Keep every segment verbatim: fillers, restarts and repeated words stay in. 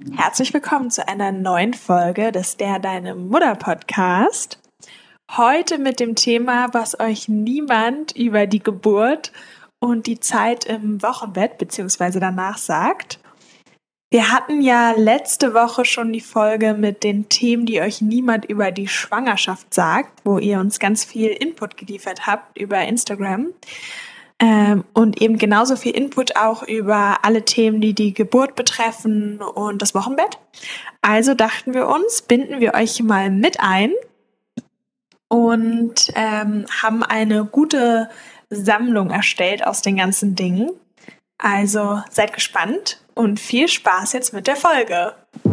Herzlich willkommen zu einer neuen Folge des Der Deine Mutter Podcast. Heute mit dem Thema, was euch niemand über die Geburt und die Zeit im Wochenbett bzw. danach sagt. Wir hatten ja letzte Woche schon die Folge mit den Themen, die euch niemand über die Schwangerschaft sagt, wo ihr uns ganz viel Input geliefert habt über Instagram. Ähm, und eben genauso viel Input auch über alle Themen, die die Geburt betreffen und das Wochenbett. Also dachten wir uns, binden wir euch mal mit ein und ähm, haben eine gute Sammlung erstellt aus den ganzen Dingen. Also seid gespannt und viel Spaß jetzt mit der Folge.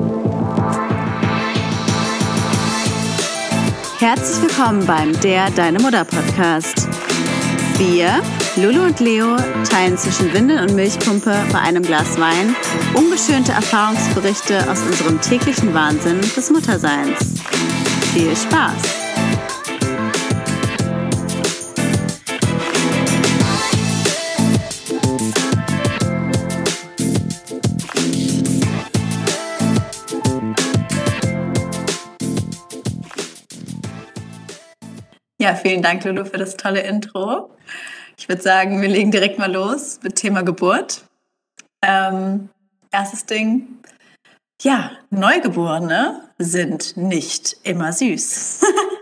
Herzlich willkommen beim Der Deine Mutter Podcast. Wir, Lulu und Leo, teilen zwischen Windel und Milchpumpe bei einem Glas Wein ungeschönte Erfahrungsberichte aus unserem täglichen Wahnsinn des Mutterseins. Viel Spaß! Ja, vielen Dank, Lulu, für das tolle Intro. Ich würde sagen, wir legen direkt mal los mit Thema Geburt. Ähm, erstes Ding, ja, Neugeborene sind nicht immer süß.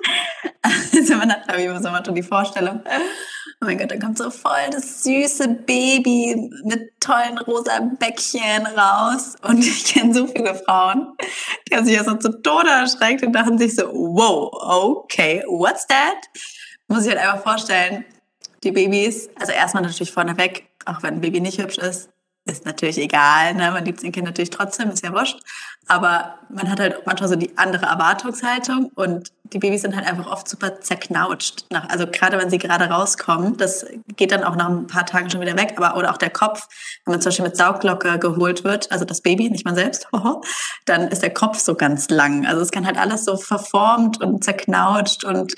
Also man hat, glaube ich, immer so manchmal die Vorstellung, oh mein Gott, da kommt so voll das süße Baby mit tollen rosa Bäckchen raus. Und ich kenne so viele Frauen, die haben sich ja so zu Tode erschreckt und dachten sich so, wow, okay, what's that? Muss ich halt einfach vorstellen, die Babys, also erstmal natürlich vorneweg, auch wenn ein Baby nicht hübsch ist, ist natürlich egal, ne? Man liebt sein Kind natürlich trotzdem, ist ja wurscht. Aber man hat halt manchmal so die andere Erwartungshaltung und die Babys sind halt einfach oft super zerknautscht. Nach, also gerade wenn sie gerade rauskommen, das geht dann auch nach ein paar Tagen schon wieder weg, aber oder auch der Kopf, wenn man zum Beispiel mit Sauglocke geholt wird, also das Baby, nicht man selbst, dann ist der Kopf so ganz lang. Also es kann halt alles so verformt und zerknautscht und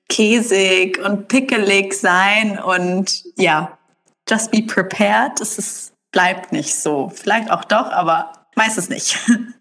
käsig und pickelig sein und ja, just be prepared. Es ist, bleibt nicht so. Vielleicht auch doch, aber meistens nicht.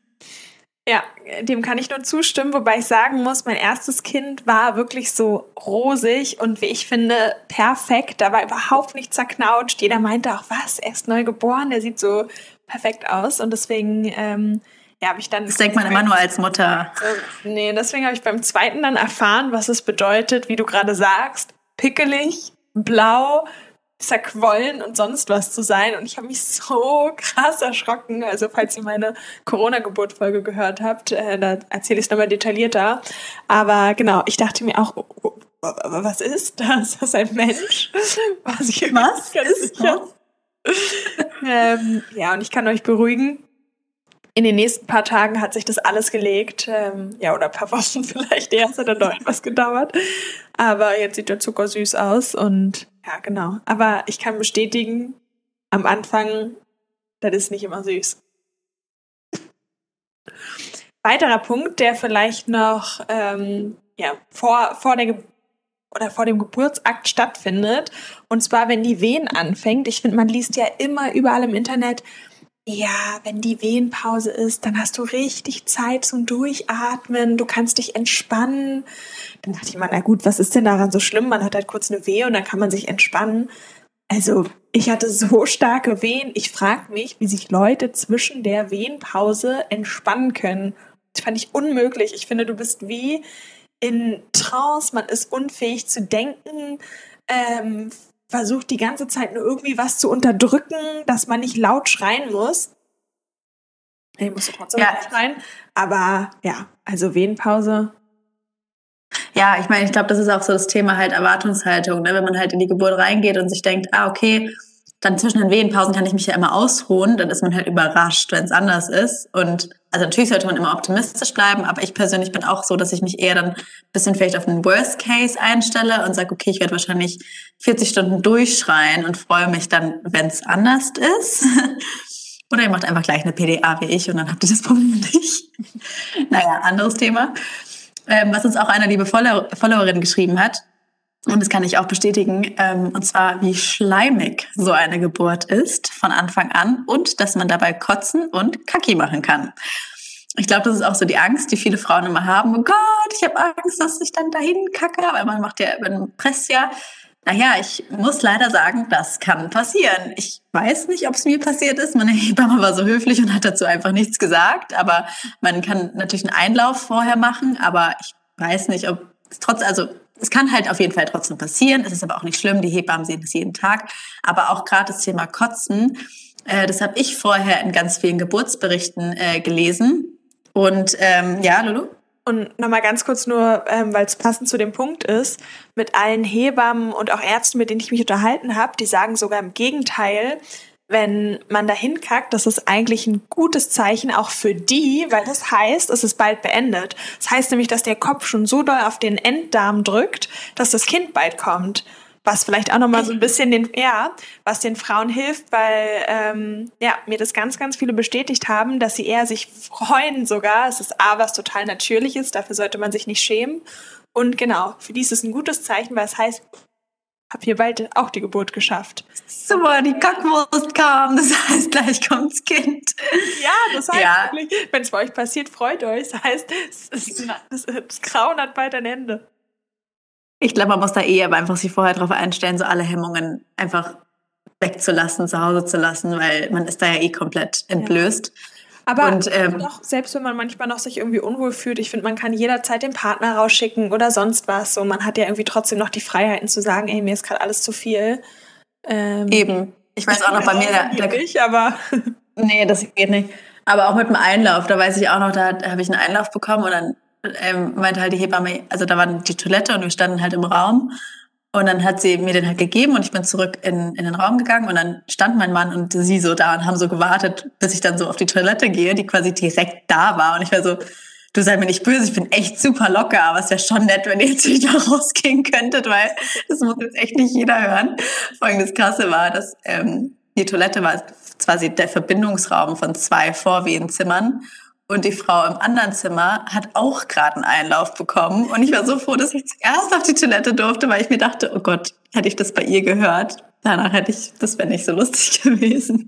Ja, dem kann ich nur zustimmen, wobei ich sagen muss, mein erstes Kind war wirklich so rosig und wie ich finde, perfekt. Da war überhaupt nicht zerknautscht. Jeder meinte auch, was, er ist neu geboren, der sieht so perfekt aus. Und deswegen, ähm, ja, habe ich dann... Das denkt man immer nur als Mutter. Äh, nee, deswegen habe ich beim zweiten dann erfahren, was es bedeutet, wie du gerade sagst, pickelig, blau, zerquollen und sonst was zu sein. Und ich habe mich so krass erschrocken. Also falls ihr meine Corona-Geburt-Folge gehört habt, äh, da erzähle ich es nochmal detaillierter. Aber genau, ich dachte mir auch, oh, oh, was ist das? Ist das ein Mensch? Was, ich was ist das? ähm, ja, und ich kann euch beruhigen, in den nächsten paar Tagen hat sich das alles gelegt. Ähm, ja, oder ein paar Wochen vielleicht erst, hat dann noch etwas gedauert. Aber jetzt sieht der Zucker süß aus und ja, genau. Aber ich kann bestätigen, am Anfang, das ist nicht immer süß. Weiterer Punkt, der vielleicht noch ähm, ja, vor, vor der Ge- oder vor dem Geburtsakt stattfindet. Und zwar, wenn die Wehen anfängt. Ich finde, man liest ja immer überall im Internet, ja, wenn die Wehenpause ist, dann hast du richtig Zeit zum Durchatmen, du kannst dich entspannen. Dann dachte ich mir, na gut, was ist denn daran so schlimm? Man hat halt kurz eine Wehe und dann kann man sich entspannen. Also ich hatte so starke Wehen. Ich frage mich, wie sich Leute zwischen der Wehenpause entspannen können. Das fand ich unmöglich. Ich finde, du bist wie in Trance, man ist unfähig zu denken, ähm, versucht die ganze Zeit nur irgendwie was zu unterdrücken, dass man nicht laut schreien muss. Ich musste trotzdem ja. schreien. Aber ja, also Wehenpause. Ja, ich meine, ich glaube, das ist auch so das Thema halt Erwartungshaltung, ne? Wenn man halt in die Geburt reingeht und sich denkt, ah, okay, dann zwischen den Wehenpausen kann ich mich ja immer ausruhen, dann ist man halt überrascht, wenn es anders ist. Und also natürlich sollte man immer optimistisch bleiben, aber ich persönlich bin auch so, dass ich mich eher dann ein bisschen vielleicht auf den Worst Case einstelle und sage, okay, ich werde wahrscheinlich vierzig Stunden durchschreien und freue mich dann, wenn es anders ist. Oder ihr macht einfach gleich eine P D A wie ich und dann habt ihr das Problem nicht. Naja, anderes Thema. Ähm, was uns auch eine liebe Follow- Followerin geschrieben hat, und das kann ich auch bestätigen, ähm, und zwar, wie schleimig so eine Geburt ist von Anfang an und dass man dabei kotzen und Kacki machen kann. ich glaube, das ist auch so die Angst, die viele Frauen immer haben. Oh Gott, ich habe Angst, dass ich dann dahin kacke, weil man macht ja, man presst ja. Naja, ich muss leider sagen, das kann passieren. Ich weiß nicht, ob es mir passiert ist. Meine Hebamme war so höflich und hat dazu einfach nichts gesagt. Aber man kann natürlich einen Einlauf vorher machen. Aber ich weiß nicht, ob es trotz, also es kann halt auf jeden Fall trotzdem passieren. Es ist aber auch nicht schlimm. Die Hebammen sehen das jeden Tag. Aber auch gerade das Thema Kotzen, äh, das habe ich vorher in ganz vielen Geburtsberichten äh, gelesen. Und ähm, ja, Lulu? Und nochmal ganz kurz nur, ähm, weil es passend zu dem Punkt ist, mit allen Hebammen und auch Ärzten, mit denen ich mich unterhalten habe, die sagen sogar im Gegenteil, wenn man dahin kackt, das ist eigentlich ein gutes Zeichen auch für die, weil das heißt, es ist bald beendet. Das heißt nämlich, dass der Kopf schon so doll auf den Enddarm drückt, dass das Kind bald kommt. Was vielleicht auch nochmal so ein bisschen den, ja, was den Frauen hilft, weil ähm, ja, mir das ganz, ganz viele bestätigt haben, dass sie eher sich freuen sogar. Es ist A, was total natürlich ist, dafür sollte man sich nicht schämen. Und genau, für die ist es ein gutes Zeichen, weil es heißt, hab hier bald auch die Geburt geschafft. Super, die Kackwurst kam, das heißt, gleich kommt's Kind. Ja, das heißt ja. wirklich, wenn es bei euch passiert, freut euch. Das heißt, es ist, das, das Grauen hat bald ein Ende. Ich glaube, man muss da eh aber einfach sich vorher darauf einstellen, so alle Hemmungen einfach wegzulassen, zu Hause zu lassen, weil man ist da ja eh komplett entblößt. Ja. Aber und, ähm, doch, selbst wenn man manchmal noch sich irgendwie unwohl fühlt, ich finde, man kann jederzeit den Partner rausschicken oder sonst was. So, man hat ja irgendwie trotzdem noch die Freiheiten zu sagen, ey, mir ist gerade alles zu viel. Ähm, Eben. Ich weiß auch noch bei mir, da, da nicht, aber nee, das geht nicht. Aber auch mit dem Einlauf, da weiß ich auch noch, da, da habe ich einen Einlauf bekommen und dann ähm, meinte halt die Hebamme, also da war die Toilette und wir standen halt im Raum und dann hat sie mir den halt gegeben und ich bin zurück in, in den Raum gegangen und dann stand mein Mann und sie so da und haben so gewartet, bis ich dann so auf die Toilette gehe, die quasi direkt da war und ich war so, du sei mir nicht böse, ich bin echt super locker, aber es wäre schon nett, wenn ihr jetzt wieder rausgehen könntet, weil das muss jetzt echt nicht jeder hören. Folgendes Krasse war, dass ähm, die Toilette war quasi der Verbindungsraum von zwei Vorwehenzimmern und die Frau im anderen Zimmer hat auch gerade einen Einlauf bekommen und ich war so froh, dass ich zuerst auf die Toilette durfte, weil ich mir dachte, oh Gott, hätte ich das bei ihr gehört, danach hätte ich, das wäre nicht so lustig gewesen.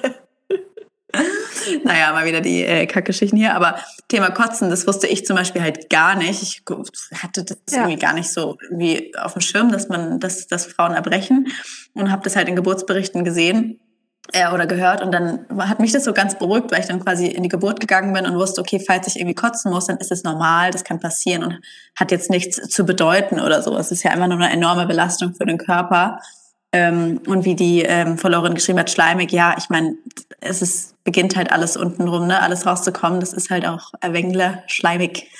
Naja, mal wieder die äh, Kackgeschichten hier. Aber Thema Kotzen, das wusste ich zum Beispiel halt gar nicht. Ich hatte das ja. irgendwie gar nicht so irgendwie auf dem Schirm, dass man, dass, dass Frauen erbrechen. Und habe das halt in Geburtsberichten gesehen äh, oder gehört. Und dann hat mich das so ganz beruhigt, weil ich dann quasi in die Geburt gegangen bin und wusste, okay, falls ich irgendwie kotzen muss, dann ist es normal, das kann passieren und hat jetzt nichts zu bedeuten oder so. Es ist ja einfach nur eine enorme Belastung für den Körper. Ähm, und wie die ähm, Followerin geschrieben hat, schleimig, ja, ich meine, es ist, beginnt halt alles untenrum, ne, alles rauszukommen, das ist halt auch Erwängler schleimig.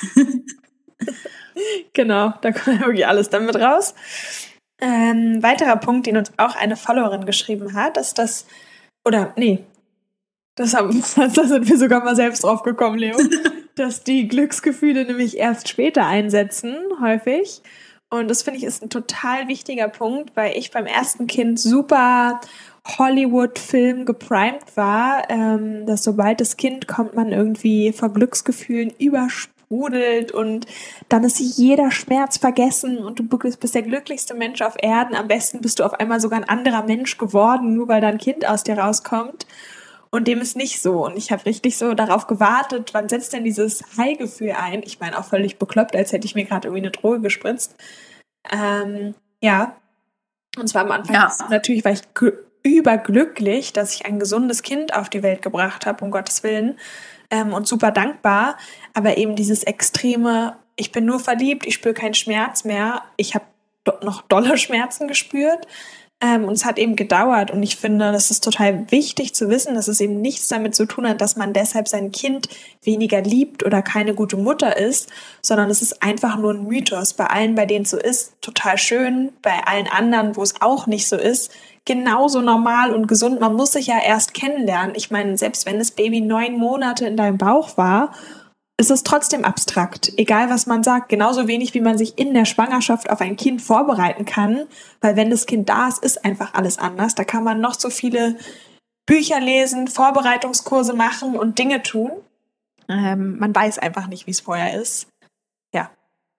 Genau, da kommt wirklich alles damit raus. Ähm, weiterer Punkt, den uns auch eine Followerin geschrieben hat, ist das, oder, nee, das, haben, da sind wir sogar mal selbst drauf gekommen, Leo, dass die Glücksgefühle nämlich erst später einsetzen, häufig. Und das finde ich ist ein total wichtiger Punkt, weil ich beim ersten Kind super Hollywood-Film geprimed war, ähm, dass sobald das Kind kommt, man irgendwie vor Glücksgefühlen übersprudelt und dann ist jeder Schmerz vergessen und du bist der glücklichste Mensch auf Erden. Am besten bist du auf einmal sogar ein anderer Mensch geworden, nur weil da ein Kind aus dir rauskommt. Und dem ist nicht so. Und ich habe richtig so darauf gewartet, wann setzt denn dieses High-Gefühl ein? Ich meine, auch völlig bekloppt, als hätte ich mir gerade irgendwie eine Droge gespritzt. Ähm, ja. Und zwar am Anfang ja. natürlich war ich g- überglücklich, dass ich ein gesundes Kind auf die Welt gebracht habe, um Gottes Willen. Ähm, und super dankbar. Aber eben dieses extreme, ich bin nur verliebt, ich spüre keinen Schmerz mehr. Ich habe do- noch dolle Schmerzen gespürt. Ähm, und es hat eben gedauert und ich finde, das ist total wichtig zu wissen, dass es eben nichts damit zu tun hat, dass man deshalb sein Kind weniger liebt oder keine gute Mutter ist, sondern es ist einfach nur ein Mythos. Bei allen, bei denen es so ist, total schön. Bei allen anderen, wo es auch nicht so ist, genauso normal und gesund. Man muss sich ja erst kennenlernen. Ich meine, selbst wenn das Baby neun Monate in deinem Bauch war, ist es trotzdem abstrakt, egal was man sagt. Genauso wenig, wie man sich in der Schwangerschaft auf ein Kind vorbereiten kann, weil wenn das Kind da ist, ist einfach alles anders. Da kann man noch so viele Bücher lesen, Vorbereitungskurse machen und Dinge tun. Ähm, man weiß einfach nicht, wie es vorher ist. Ja.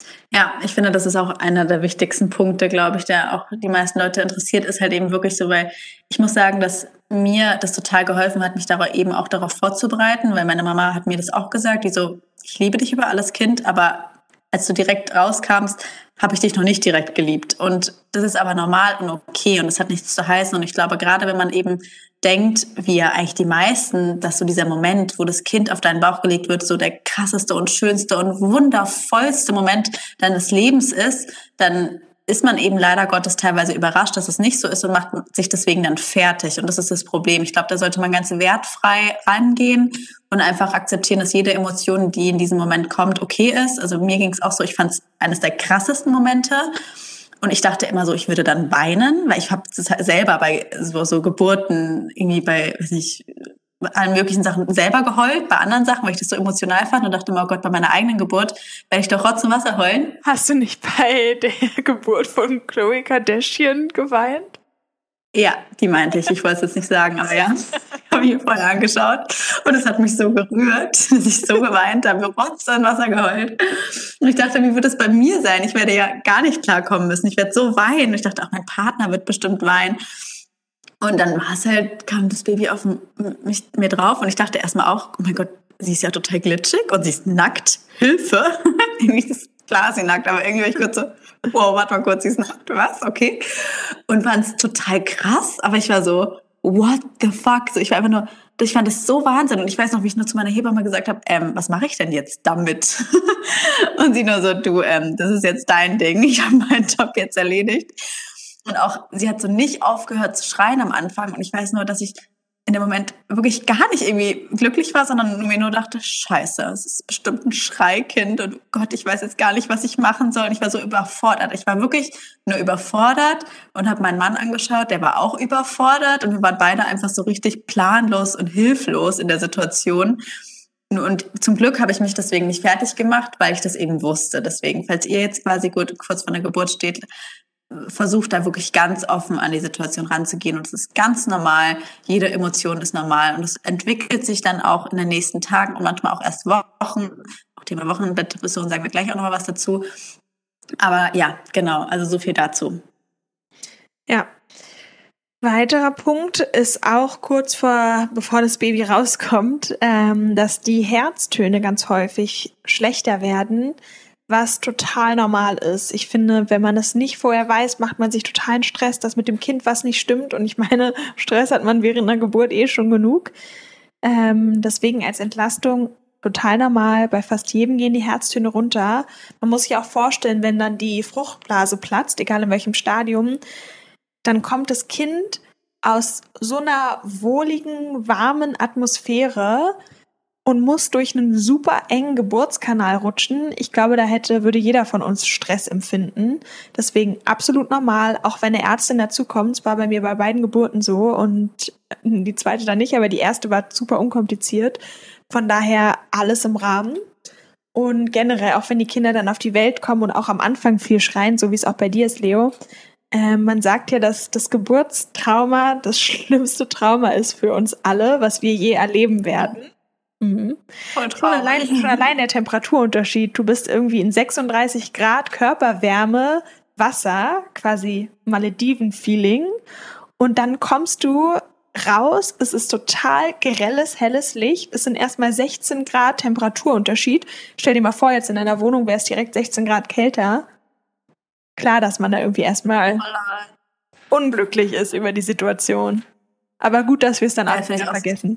Ja, ich finde, das ist auch einer der wichtigsten Punkte, glaube ich, der auch die meisten Leute interessiert, ist halt eben wirklich so, weil ich muss sagen, dass mir das total geholfen hat, mich darauf eben auch darauf vorzubereiten, weil meine Mama hat mir das auch gesagt, die so, ich liebe dich über alles, Kind, aber als du direkt rauskamst, habe ich dich noch nicht direkt geliebt. Und das ist aber normal und okay und das hat nichts zu heißen. Und ich glaube, gerade wenn man eben denkt, wie ja eigentlich die meisten, dass so dieser Moment, wo das Kind auf deinen Bauch gelegt wird, so der krasseste und schönste und wundervollste Moment deines Lebens ist, dann ist man eben leider Gottes teilweise überrascht, dass es nicht so ist und macht sich deswegen dann fertig. Und das ist das Problem. Ich glaube, da sollte man ganz wertfrei rangehen und einfach akzeptieren, dass jede Emotion, die in diesem Moment kommt, okay ist. Also mir ging es auch so, ich fand es eines der krassesten Momente. Und ich dachte immer so, ich würde dann weinen, weil ich habe selber bei so, so Geburten irgendwie bei, weiß nicht, allen möglichen Sachen selber geheult, bei anderen Sachen, weil ich das so emotional fand und dachte immer, oh Gott, bei meiner eigenen Geburt werde ich doch Rotz und Wasser heulen. Hast du nicht bei der Geburt von Khloe Kardashian geweint? Ja, die meinte ich. Ich wollte es jetzt nicht sagen, aber ja, habe ich mir vorher angeschaut. Und es hat mich so gerührt, dass ich so geweint habe, Rotz und Wasser geheult. Und ich dachte, wie wird es bei mir sein? Ich werde ja gar nicht klarkommen müssen. Ich werde so weinen. Und ich dachte, auch mein Partner wird bestimmt weinen. Und dann war es halt, kam das Baby auf mich, mir drauf und ich dachte erstmal auch, oh mein Gott, sie ist ja total glitschig und sie ist nackt. Hilfe! Irgendwie ist klar, sie nackt, aber irgendwie war ich kurz so, wow, warte mal kurz, sie ist nackt, was? Okay. Und fand es total krass, aber ich war so, what the fuck? So, ich war einfach nur, ich fand das so Wahnsinn und ich weiß noch, wie ich nur zu meiner Hebamme gesagt habe, ähm, was mache ich denn jetzt damit? Und sie nur so, du, ähm, das ist jetzt dein Ding, ich habe meinen Job jetzt erledigt. Und auch, sie hat so nicht aufgehört zu schreien am Anfang. Und ich weiß nur, dass ich in dem Moment wirklich gar nicht irgendwie glücklich war, sondern mir nur dachte, scheiße, es ist bestimmt ein Schreikind. Und Gott, ich weiß jetzt gar nicht, was ich machen soll. Und ich war so überfordert. Ich war wirklich nur überfordert und habe meinen Mann angeschaut, der war auch überfordert. Und wir waren beide einfach so richtig planlos und hilflos in der Situation. Und zum Glück habe ich mich deswegen nicht fertig gemacht, weil ich das eben wusste. Deswegen, falls ihr jetzt quasi gut kurz vor der Geburt steht, versucht da wirklich ganz offen an die Situation ranzugehen und es ist ganz normal, jede Emotion ist normal und es entwickelt sich dann auch in den nächsten Tagen und manchmal auch erst Wochen, auch Thema Wochenbettdepression sagen wir gleich auch nochmal was dazu, aber ja, genau, also so viel dazu. Ja, weiterer Punkt ist auch kurz vor, bevor das Baby rauskommt, ähm, dass die Herztöne ganz häufig schlechter werden, was total normal ist. Ich finde, wenn man das nicht vorher weiß, macht man sich totalen Stress, dass mit dem Kind was nicht stimmt. Und ich meine, Stress hat man während einer Geburt eh schon genug. Ähm, deswegen als Entlastung total normal. Bei fast jedem gehen die Herztöne runter. Man muss sich auch vorstellen, wenn dann die Fruchtblase platzt, egal in welchem Stadium, dann kommt das Kind aus so einer wohligen, warmen Atmosphäre und muss durch einen super engen Geburtskanal rutschen. Ich glaube, da hätte, würde jeder von uns Stress empfinden. Deswegen absolut normal, auch wenn eine Ärztin dazukommt. Es war bei mir bei beiden Geburten so und die zweite dann nicht, aber die erste war super unkompliziert. Von daher alles im Rahmen. Und generell, auch wenn die Kinder dann auf die Welt kommen und auch am Anfang viel schreien, so wie es auch bei dir ist, Leo, äh, man sagt ja, dass das Geburtstrauma das schlimmste Trauma ist für uns alle, was wir je erleben werden. Mhm. Schon allein, schon allein der Temperaturunterschied. Du bist irgendwie in sechsunddreißig Grad Körperwärme, Wasser, quasi Malediven-Feeling. Und dann kommst du raus, es ist total grelles, helles Licht. Es sind erstmal sechzehn Grad Temperaturunterschied. Stell dir mal vor, jetzt in deiner Wohnung wäre es direkt sechzehn Grad kälter. Klar, dass man da irgendwie erstmal unglücklich ist über die Situation. Aber gut, dass wir es dann ja, auch wieder vergessen.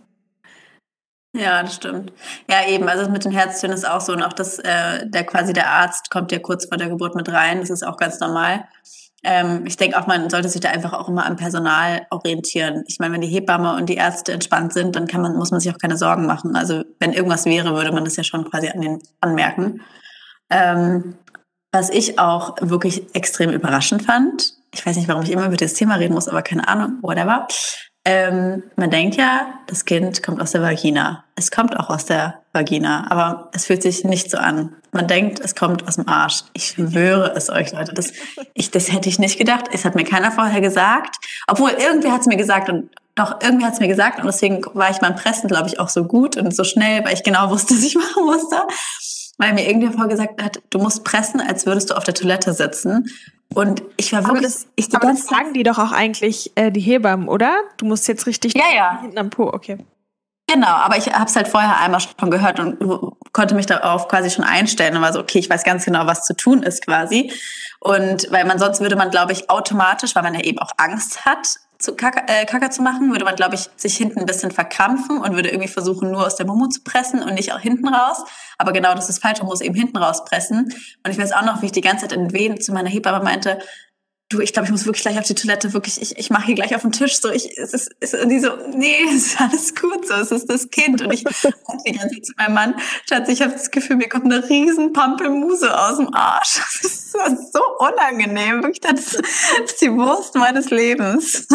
Ja, das stimmt. Ja, eben, also mit den Herztönen ist auch so und auch das, äh, der quasi der Arzt kommt ja kurz vor der Geburt mit rein, das ist auch ganz normal. Ähm, ich denke auch, man sollte sich da einfach auch immer am Personal orientieren. Ich meine, wenn die Hebamme und die Ärzte entspannt sind, dann kann man, muss man sich auch keine Sorgen machen. Also wenn irgendwas wäre, würde man das ja schon quasi an den anmerken. Ähm, was ich auch wirklich extrem überraschend fand, ich weiß nicht, warum ich immer über das Thema reden muss, aber keine Ahnung, whatever. Ähm, man denkt ja, das Kind kommt aus der Vagina. Es kommt auch aus der Vagina, aber es fühlt sich nicht so an. Man denkt, es kommt aus dem Arsch. Ich schwöre es euch, Leute. Das, ich, das hätte ich nicht gedacht. Es hat mir keiner vorher gesagt. Obwohl, irgendwer hat es mir gesagt und doch, irgendwer hat es mir gesagt und deswegen war ich beim Pressen, glaube ich, auch so gut und so schnell, weil ich genau wusste, was ich machen musste. weil mir irgendjemand vorgesagt hat, du musst pressen, als würdest du auf der Toilette sitzen. Und ich war wirklich... Aber das, ich die aber ganze das sagen die doch auch eigentlich äh, die Hebammen, oder? Du musst jetzt richtig ja, ja. hinten am Po, okay. Genau, aber ich habe es halt vorher einmal schon gehört und konnte mich darauf quasi schon einstellen und war so, okay, ich weiß ganz genau, was zu tun ist quasi. Und weil man sonst würde man, glaube ich, automatisch, weil man ja eben auch Angst hat, zu Kacke, äh, Kacke zu machen, würde man, glaube ich, sich hinten ein bisschen verkrampfen und würde irgendwie versuchen, nur aus der Mumu zu pressen und nicht auch hinten raus. Aber genau, das ist falsch, man muss eben hinten raus pressen. Und ich weiß auch noch, wie ich die ganze Zeit in Wehen zu meiner Hebamme meinte, du, ich glaube, ich muss wirklich gleich auf die Toilette, wirklich, ich, ich mache hier gleich auf den Tisch, so, ich, es ist, es ist, und die so, nee, es ist alles gut, so, es ist das Kind, und ich sag die ganze Zeit zu meinem Mann, Schatz, ich habe das Gefühl, mir kommt eine riesen Pampelmuse aus dem Arsch, das ist so, so unangenehm, wirklich, das ist, das ist die Wurst meines Lebens.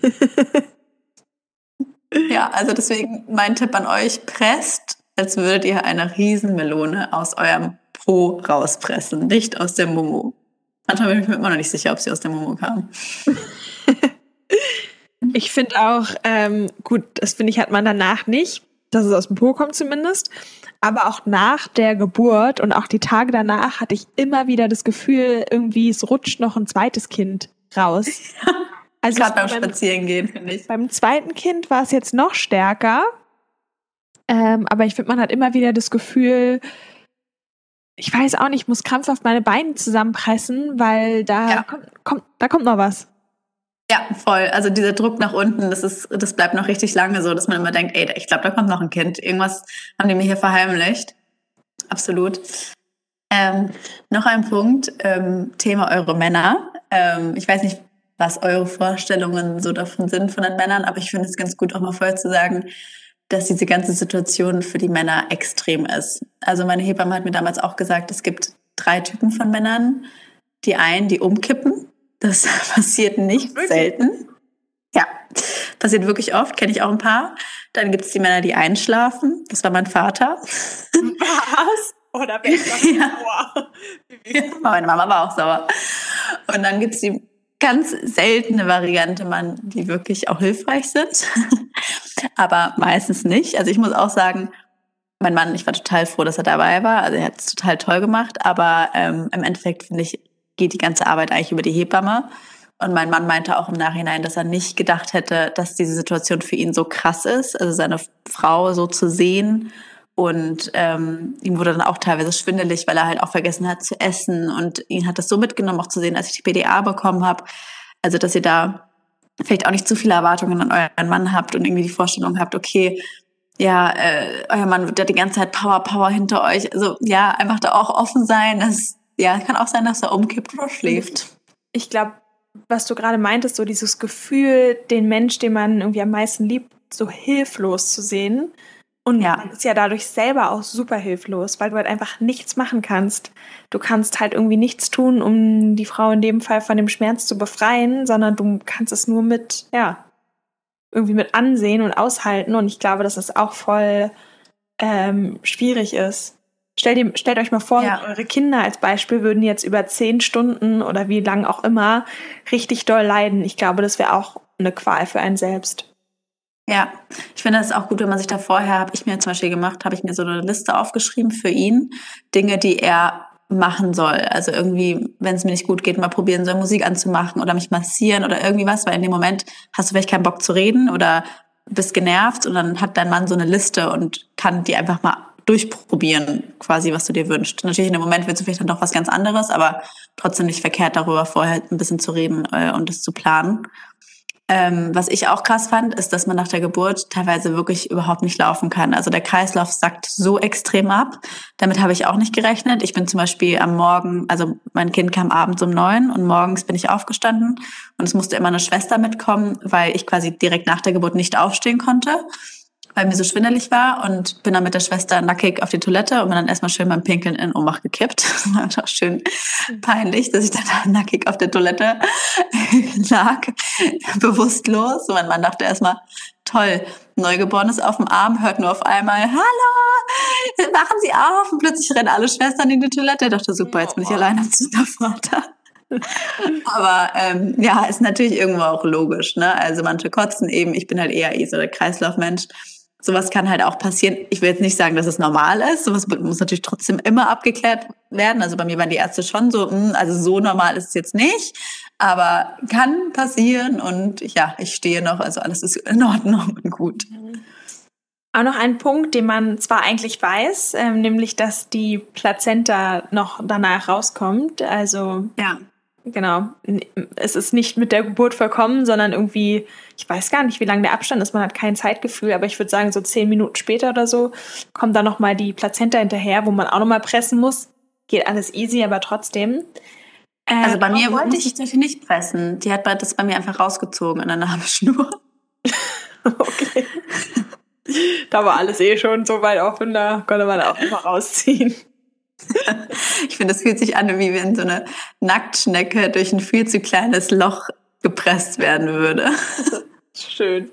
Ja, also deswegen mein Tipp an euch, presst, als würdet ihr eine Riesenmelone aus eurem Po rauspressen, nicht aus der Mumu. Manchmal bin ich mir immer noch nicht sicher, ob sie aus der Momo kam. Ich finde auch, ähm, gut, das finde ich hat man danach nicht, dass es aus dem Po kommt zumindest, aber auch nach der Geburt und auch die Tage danach hatte ich immer wieder das Gefühl, irgendwie es rutscht noch ein zweites Kind raus. Also gerade beim Spazierengehen, finde ich. Beim zweiten Kind war es jetzt noch stärker, ähm, aber ich finde, man hat immer wieder das Gefühl, ich weiß auch nicht, ich muss krampfhaft meine Beine zusammenpressen, weil da ja. kommt, kommt, da kommt noch was. Ja, voll. Also dieser Druck nach unten, das ist, das bleibt noch richtig lange so, dass man immer denkt, ey, ich glaube, da kommt noch ein Kind. Irgendwas haben die mir hier verheimlicht. Absolut. Ähm, noch ein Punkt, ähm, Thema eure Männer. Ähm, ich weiß nicht, was eure Vorstellungen so davon sind von den Männern, aber ich finde es ganz gut, auch mal vorher zu sagen, dass diese ganze Situation für die Männer extrem ist. Also meine Hebamme hat mir damals auch gesagt, es gibt drei Typen von Männern. Die einen, die umkippen. Das passiert nicht wirklich? Selten. Ja, passiert wirklich oft, kenne ich auch ein paar. Dann gibt es die Männer, die einschlafen. Das war mein Vater. Was? Oder bin ich ja. sauer? Ja, meine Mama war auch sauer. Und dann gibt es die ganz seltene Variante, Mann, die wirklich auch hilfreich sind. Aber meistens nicht. Also ich muss auch sagen, mein Mann, ich war total froh, dass er dabei war. Also er hat es total toll gemacht. Aber ähm, im Endeffekt, finde ich, geht die ganze Arbeit eigentlich über die Hebamme. Und mein Mann meinte auch im Nachhinein, dass er nicht gedacht hätte, dass diese Situation für ihn so krass ist. Also seine Frau so zu sehen. Und ähm, ihm wurde dann auch teilweise schwindelig, weil er halt auch vergessen hat zu essen. Und ihn hat das so mitgenommen, auch zu sehen, als ich die P D A bekommen habe. Also dass ihr da vielleicht auch nicht zu viele Erwartungen an euren Mann habt und irgendwie die Vorstellung habt, okay, ja, äh, euer Mann wird ja die ganze Zeit Power, Power hinter euch. Also ja, einfach da auch offen sein. Das, ja, kann auch sein, dass er umkippt oder schläft. Ich glaube, was du gerade meintest, so dieses Gefühl, den Mensch, den man irgendwie am meisten liebt, so hilflos zu sehen. Und ja. man ist ja dadurch selber auch super hilflos, weil du halt einfach nichts machen kannst. Du kannst halt irgendwie nichts tun, um die Frau in dem Fall von dem Schmerz zu befreien, sondern du kannst es nur mit, ja, irgendwie mit ansehen und aushalten. Und ich glaube, dass es auch voll ähm, schwierig ist. Stellt, ihr, stellt euch mal vor, ja. eure Kinder als Beispiel würden jetzt über zehn Stunden oder wie lang auch immer richtig doll leiden. Ich glaube, das wäre auch eine Qual für einen selbst. Ja, ich finde das auch gut, wenn man sich da vorher, habe ich mir zum Beispiel gemacht, habe ich mir so eine Liste aufgeschrieben für ihn, Dinge, die er machen soll. Also irgendwie, wenn es mir nicht gut geht, mal probieren soll, Musik anzumachen oder mich massieren oder irgendwie was, weil in dem Moment hast du vielleicht keinen Bock zu reden oder bist genervt und dann hat dein Mann so eine Liste und kann die einfach mal durchprobieren, quasi, was du dir wünschst. Natürlich in dem Moment willst du vielleicht dann doch was ganz anderes, aber trotzdem nicht verkehrt, darüber vorher ein bisschen zu reden äh, und das zu planen. Ähm, was ich auch krass fand, ist, dass man nach der Geburt teilweise wirklich überhaupt nicht laufen kann. Also der Kreislauf sackt so extrem ab. Damit habe ich auch nicht gerechnet. Ich bin zum Beispiel am Morgen, also mein Kind kam abends um neun und morgens bin ich aufgestanden und es musste immer eine Schwester mitkommen, weil ich quasi direkt nach der Geburt nicht aufstehen konnte, weil mir so schwindelig war, und bin dann mit der Schwester nackig auf die Toilette und bin dann erstmal schön beim Pinkeln in Ohnmacht gekippt. Das war einfach schön peinlich, dass ich dann da nackig auf der Toilette lag, bewusstlos. Und mein Mann dachte erstmal, toll, Neugeborenes auf dem Arm, hört nur auf einmal, hallo, machen Sie auf. Und plötzlich rennen alle Schwestern in die Toilette. Ich dachte, super, jetzt bin ich allein als Vater. Aber ähm, ja, ist natürlich irgendwo auch logisch, ne? Also manche kotzen eben, ich bin halt eher eh so der Kreislaufmensch. sowas kann halt auch passieren. Ich will jetzt nicht sagen, dass es normal ist. Sowas muss natürlich trotzdem immer abgeklärt werden. Also bei mir waren die Ärzte schon so, mh, also so normal ist es jetzt nicht, aber kann passieren. Und ja, ich stehe noch, also alles ist in Ordnung und gut. Auch noch ein Punkt, den man zwar eigentlich weiß, ähm, nämlich, dass die Plazenta noch danach rauskommt. Also ja. Genau, es ist nicht mit der Geburt vollkommen, sondern irgendwie, ich weiß gar nicht, wie lang der Abstand ist, man hat kein Zeitgefühl, aber ich würde sagen, so zehn Minuten später oder so kommt dann nochmal die Plazenta hinterher, wo man auch nochmal pressen muss. Geht alles easy, aber trotzdem. Äh, also bei mir wollte ich zum Beispiel nicht pressen. Die hat das bei mir einfach rausgezogen in der Nabelschnur. Okay. Da war alles eh schon so weit offen, da konnte man auch immer rausziehen. Ich finde, es fühlt sich an, wie wenn so eine Nacktschnecke durch ein viel zu kleines Loch gepresst werden würde. Schön.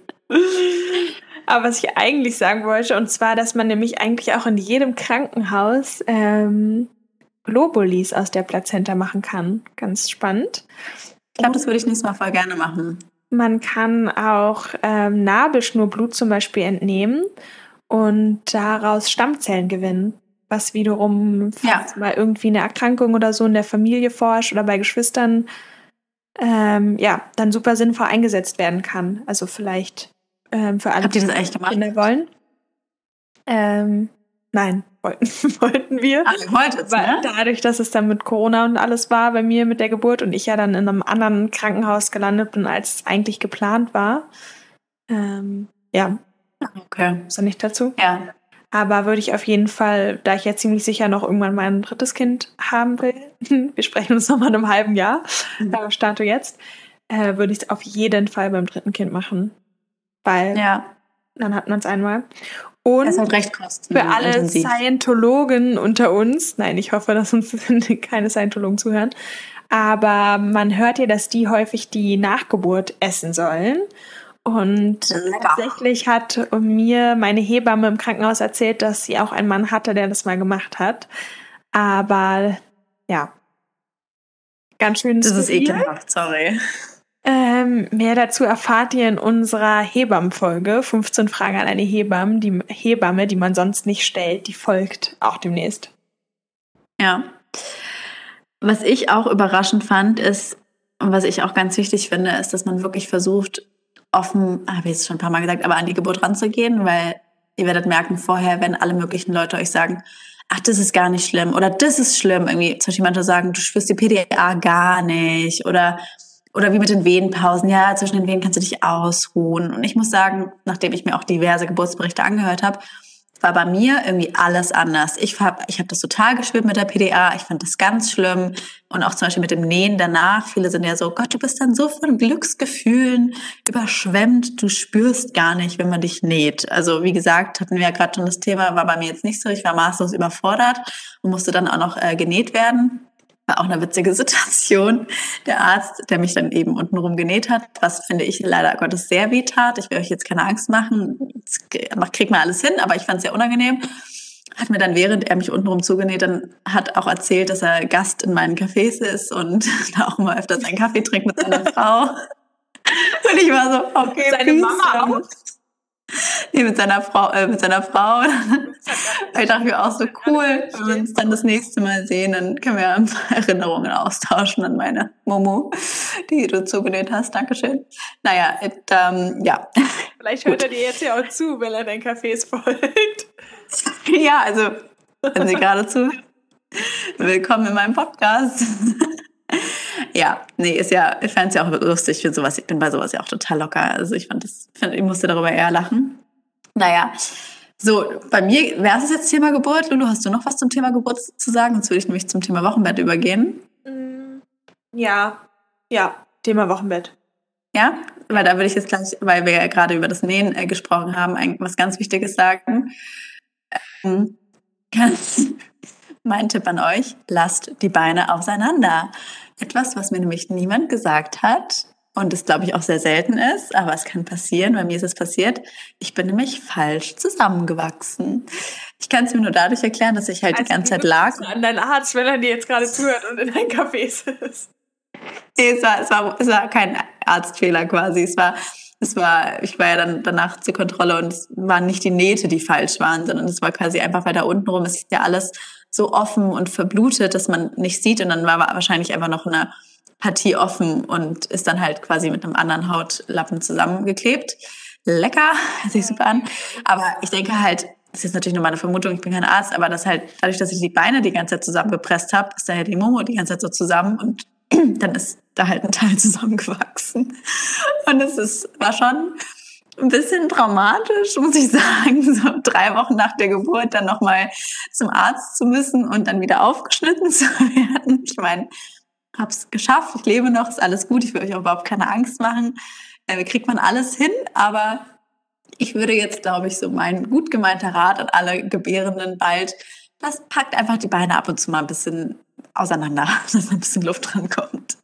Aber was ich eigentlich sagen wollte, und zwar, dass man nämlich eigentlich auch in jedem Krankenhaus ähm, Globulis aus der Plazenta machen kann. Ganz spannend. Ich glaube, das würde ich nächstes Mal voll gerne machen. Man kann auch ähm, Nabelschnurblut zum Beispiel entnehmen und daraus Stammzellen gewinnen. Was wiederum, falls ja. mal irgendwie eine Erkrankung oder so in der Familie forscht oder bei Geschwistern, ähm, ja, dann super sinnvoll eingesetzt werden kann. Also vielleicht ähm, für alle, Habt ihr das eigentlich gemacht? Kinder wollen. Ähm, nein, wollten, wollten wir. Ach, ihr wolltet, ne? Dadurch, dass es dann mit Corona und alles war bei mir mit der Geburt und ich ja dann in einem anderen Krankenhaus gelandet bin, als es eigentlich geplant war. Ähm, ja. Okay. Ist da nicht dazu? Ja. Aber würde ich auf jeden Fall, da ich ja ziemlich sicher noch irgendwann mein drittes Kind haben will, wir sprechen uns nochmal in einem halben Jahr, mhm. Stato jetzt, äh, würde ich es auf jeden Fall beim dritten Kind machen. Weil ja. dann hat man es einmal. Und das ist halt recht kosten- für alle intensiv. Scientologen unter uns, nein, ich hoffe, dass uns keine Scientologen zuhören, aber man hört ja, dass die häufig die Nachgeburt essen sollen. Und Lecker. Tatsächlich hat mir meine Hebamme im Krankenhaus erzählt, dass sie auch einen Mann hatte, der das mal gemacht hat. Aber ja, ganz schön. Das ist ekelhaft, sorry. Ähm, mehr dazu erfahrt ihr in unserer Hebammenfolge. fünfzehn Fragen an eine Hebamme. Die Hebamme, die man sonst nicht stellt, die folgt auch demnächst. Ja. Was ich auch überraschend fand, ist, und was ich auch ganz wichtig finde, ist, dass man wirklich versucht, offen, habe ich jetzt schon ein paar Mal gesagt, aber an die Geburt ranzugehen, weil ihr werdet merken vorher, wenn alle möglichen Leute euch sagen, ach, das ist gar nicht schlimm oder das ist schlimm, irgendwie zum Beispiel manche sagen, du spürst die P D A gar nicht oder oder wie mit den Wehenpausen, ja, zwischen den Wehen kannst du dich ausruhen. Und ich muss sagen, nachdem ich mir auch diverse Geburtsberichte angehört habe, war bei mir irgendwie alles anders. Ich habe ich hab das total gespürt mit der P D A. Ich fand das ganz schlimm. Und auch zum Beispiel mit dem Nähen danach. Viele sind ja so, Gott, du bist dann so von Glücksgefühlen überschwemmt. Du spürst gar nicht, wenn man dich näht. Also wie gesagt, hatten wir ja gerade schon das Thema, war bei mir jetzt nicht so. Ich war maßlos überfordert und musste dann auch noch äh, genäht werden. War auch eine witzige Situation. Der Arzt, der mich dann eben untenrum genäht hat, was finde ich leider Gottes sehr weh tat. Ich will euch jetzt keine Angst machen. Kriegt man alles hin, aber ich fand es sehr unangenehm. Hat mir dann, während er mich untenrum zugenäht, dann hat auch erzählt, dass er Gast in meinen Cafés ist und da auch immer öfter seinen Kaffee trinkt mit seiner Frau. Und ich war so, okay, seine Mama auch? Nee, mit seiner Frau, äh, mit seiner Frau. Ich dachte mir auch so, cool, wenn wir uns dann das nächste Mal sehen, dann können wir ein paar Erinnerungen austauschen an meine Momo, die du zugenäht hast. Dankeschön. Naja, it, ähm, ja. Vielleicht hört er dir jetzt ja auch zu, wenn er dein Cafés folgt. Ja, also, wenn Sie gerade zuhören, willkommen in meinem Podcast. Ja, nee, ist ja, ich fand es ja auch lustig für sowas. Ich bin bei sowas ja auch total locker. Also ich fand das, ich musste darüber eher lachen. Naja, so, bei mir wäre es jetzt Thema Geburt. Lulu, hast du noch was zum Thema Geburt zu sagen? Sonst würde ich nämlich zum Thema Wochenbett übergehen. Ja, ja, Thema Wochenbett. Ja, weil da würde ich jetzt gleich, weil wir ja gerade über das Nähen äh, gesprochen haben, eigentlich was ganz Wichtiges sagen. Ähm, ganz Mein Tipp an euch, lasst die Beine auseinander. Etwas, was mir nämlich niemand gesagt hat und es, glaube ich, auch sehr selten ist, aber es kann passieren, bei mir ist es passiert. Ich bin nämlich falsch zusammengewachsen. Ich kann es mir nur dadurch erklären, dass ich halt also die ganze Zeit lag. An deinen Arzt, wenn er dir jetzt gerade zuhört und in dein Café ist. Nee, es war, es war, es war kein Arztfehler quasi. Es war es war, ich war ja dann danach zur Kontrolle und es waren nicht die Nähte, die falsch waren, sondern es war quasi einfach, weil da unten rum ist ja alles so offen und verblutet, dass man nicht sieht und dann war wahrscheinlich einfach noch eine Partie offen und ist dann halt quasi mit einem anderen Hautlappen zusammengeklebt. Lecker, hört sich super an. Aber ich denke halt, das ist natürlich nur meine Vermutung, ich bin kein Arzt, aber das halt, dadurch, dass ich die Beine die ganze Zeit zusammengepresst habe, ist da ja die Momo die ganze Zeit so zusammen und dann ist da halt ein Teil zusammengewachsen. Und es ist, war schon ein bisschen traumatisch, muss ich sagen, so drei Wochen nach der Geburt dann nochmal zum Arzt zu müssen und dann wieder aufgeschnitten zu werden. Ich meine, hab's geschafft, ich lebe noch, ist alles gut, ich will euch auch überhaupt keine Angst machen. Äh, kriegt man alles hin, aber ich würde jetzt, glaube ich, so mein gut gemeinter Rat an alle Gebärenden bald, das packt einfach die Beine ab und zu mal ein bisschen auseinander, dass ein bisschen Luft dran kommt.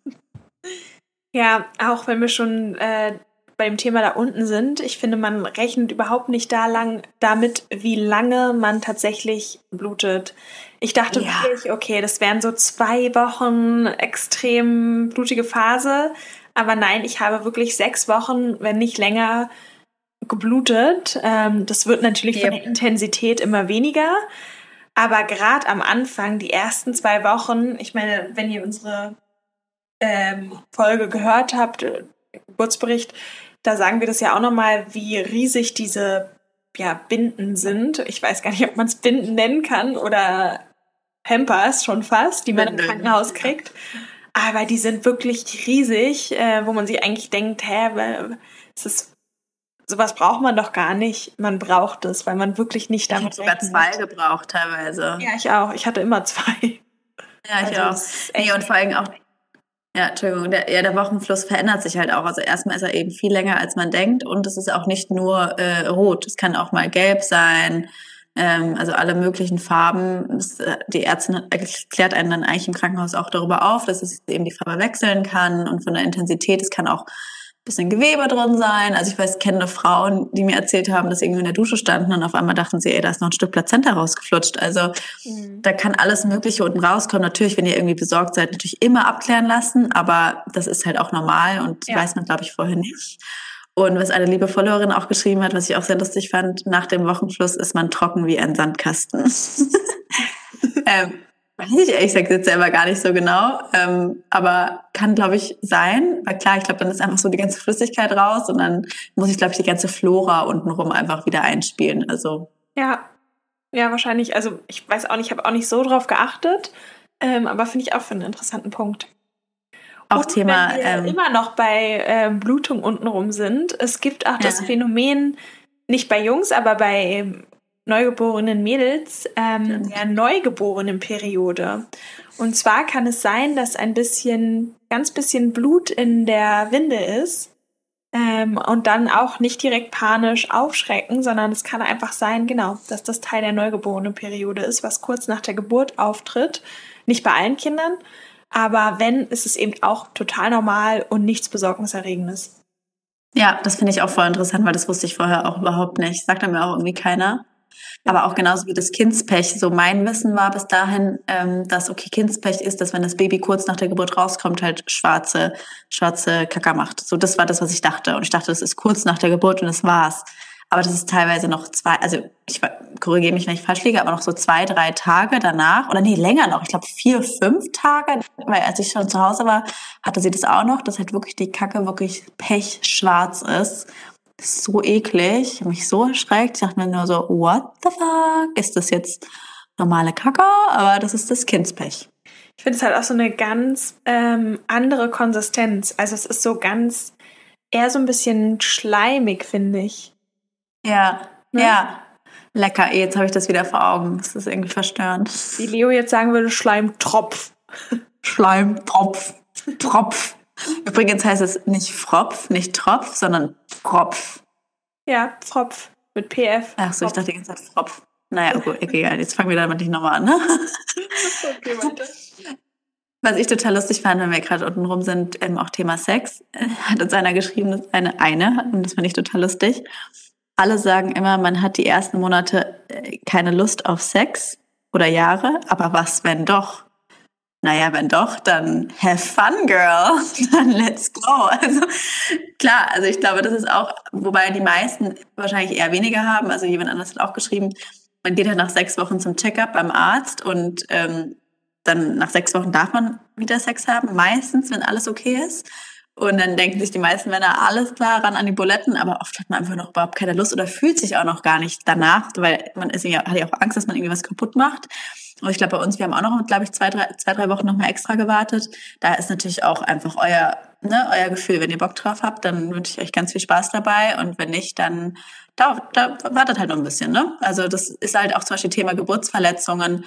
Ja, auch wenn wir schon äh, bei dem Thema da unten sind, ich finde, man rechnet überhaupt nicht da lang damit, wie lange man tatsächlich blutet. Ich dachte Ja. wirklich, okay, das wären so zwei Wochen extrem blutige Phase, aber nein, ich habe wirklich sechs Wochen, wenn nicht länger, geblutet. Ähm, das wird natürlich von Yep. der Intensität immer weniger, aber gerade am Anfang, die ersten zwei Wochen, ich meine, wenn ihr unsere ähm, Folge gehört habt, äh, Geburtsbericht, da sagen wir das ja auch nochmal, wie riesig diese ja, Binden sind. Ich weiß gar nicht, ob man es Binden nennen kann oder Pampers schon fast, die man im Windeln. Krankenhaus kriegt. Aber die sind wirklich riesig, äh, wo man sich eigentlich denkt, hä, wa- es ist, sowas braucht man doch gar nicht. Man braucht es, weil man wirklich nicht Ich habe damit sogar rechnet. zwei gebraucht teilweise. Ja, ich auch. Ich hatte immer zwei. Ja, ich Also auch. es ist Nee, echt- und vor allem auch, ja, Entschuldigung, der, ja, der Wochenfluss verändert sich halt auch. Also erstmal ist er eben viel länger, als man denkt und es ist auch nicht nur äh, rot. Es kann auch mal gelb sein, ähm, also alle möglichen Farben. Das, äh, die Ärztin klärt einen dann eigentlich im Krankenhaus auch darüber auf, dass es eben die Farbe wechseln kann und von der Intensität, es kann auch ein bisschen Gewebe drin sein. Also ich weiß, kenne Frauen, die mir erzählt haben, dass sie irgendwie in der Dusche standen und auf einmal dachten sie, ey, da ist noch ein Stück Plazenta rausgeflutscht. Also Mhm. da kann alles Mögliche unten rauskommen. Natürlich, wenn ihr irgendwie besorgt seid, natürlich immer abklären lassen, aber das ist halt auch normal und Ja. weiß man, glaube ich, vorher nicht. Und was eine liebe Followerin auch geschrieben hat, was ich auch sehr lustig fand, nach dem Wochenfluss ist man trocken wie ein Sandkasten. ähm, weiß ich ehrlich gesagt jetzt selber gar nicht so genau, ähm, aber kann, glaube ich, sein. Weil klar, ich glaube, dann ist einfach so die ganze Flüssigkeit raus und dann muss ich, glaube ich, die ganze Flora untenrum einfach wieder einspielen. Also Ja, ja, wahrscheinlich. Also ich weiß auch nicht, ich habe auch nicht so drauf geachtet, ähm, aber finde ich auch für einen interessanten Punkt. auch Und Thema... wenn wir Ähm, immer noch bei ähm, Blutung untenrum sind, es gibt auch das Ja. Phänomen, nicht bei Jungs, aber bei neugeborenen Mädels, ähm, der Neugeborenenperiode. Und zwar kann es sein, dass ein bisschen, ganz bisschen Blut in der Windel ist. Ähm, und dann auch nicht direkt panisch aufschrecken, sondern es kann einfach sein, genau, dass das Teil der Neugeborenenperiode ist, was kurz nach der Geburt auftritt. Nicht bei allen Kindern, aber wenn, ist es eben auch total normal und nichts Besorgniserregendes. Ja, das finde ich auch voll interessant, weil das wusste ich vorher auch überhaupt nicht. Sagt mir auch irgendwie keiner. Aber auch genauso wie das Kindspech. So mein Wissen war bis dahin, ähm, dass okay, Kindspech ist, dass wenn das Baby kurz nach der Geburt rauskommt, halt schwarze, schwarze Kaka macht. So, das war das, was ich dachte. Und ich dachte, das ist kurz nach der Geburt und das war's. Aber das ist teilweise noch zwei, also ich korrigiere mich, wenn ich falsch liege, aber noch so zwei, drei Tage danach, oder nee, länger noch, ich glaube vier, fünf Tage, weil als ich schon zu Hause war, hatte sie das auch noch, dass halt wirklich die Kacke wirklich pechschwarz ist. Das ist so eklig, ich habe mich so erschreckt, ich dachte mir nur so, what the fuck, ist das jetzt normale Kacke? Aber das ist das Kindspech. Ich finde es halt auch so eine ganz ähm, andere Konsistenz. Also es ist so ganz, eher so ein bisschen schleimig, finde ich. Ja, Ne? ja. Lecker, jetzt habe ich das wieder vor Augen. Das ist irgendwie verstörend. Wie Leo jetzt sagen würde, Schleimtropf. Schleim, Tropf, Tropf. Übrigens heißt es nicht Fropf, nicht Tropf, sondern Propf. Ja, Pfropf mit P F. Ach so, ich dachte die ganze Zeit Fropf. Naja, gut, egal. Jetzt fangen wir damit nicht nochmal an. Ne? Okay, weiter. Was ich total lustig fand, wenn wir gerade unten rum sind, ähm, auch Thema Sex, äh, hat uns einer geschrieben, das ist eine, eine, und das fand ich total lustig. Alle sagen immer, man hat die ersten Monate äh, keine Lust auf Sex oder Jahre, aber was, wenn doch? naja, wenn doch, dann have fun, girl. Dann let's go. Also klar, also ich glaube, das ist auch, wobei die meisten wahrscheinlich eher weniger haben. Also jemand anderes hat auch geschrieben, man geht halt nach sechs Wochen zum Check-up beim Arzt und ähm, dann nach sechs Wochen darf man wieder Sex haben, meistens, wenn alles okay ist. Und dann denken sich die meisten Männer, alles klar, ran an die Buletten, aber oft hat man einfach noch überhaupt keine Lust oder fühlt sich auch noch gar nicht danach, weil man ist ja, hat ja auch Angst, dass man irgendwie was kaputt macht. Und ich glaube, bei uns, wir haben auch noch, glaube ich, zwei, drei, zwei, drei Wochen noch mal extra gewartet. Da ist natürlich auch einfach euer, ne, euer Gefühl. Wenn ihr Bock drauf habt, dann wünsche ich euch ganz viel Spaß dabei. Und wenn nicht, dann da, da wartet halt noch ein bisschen, ne? Also das ist halt auch zum Beispiel Thema Geburtsverletzungen.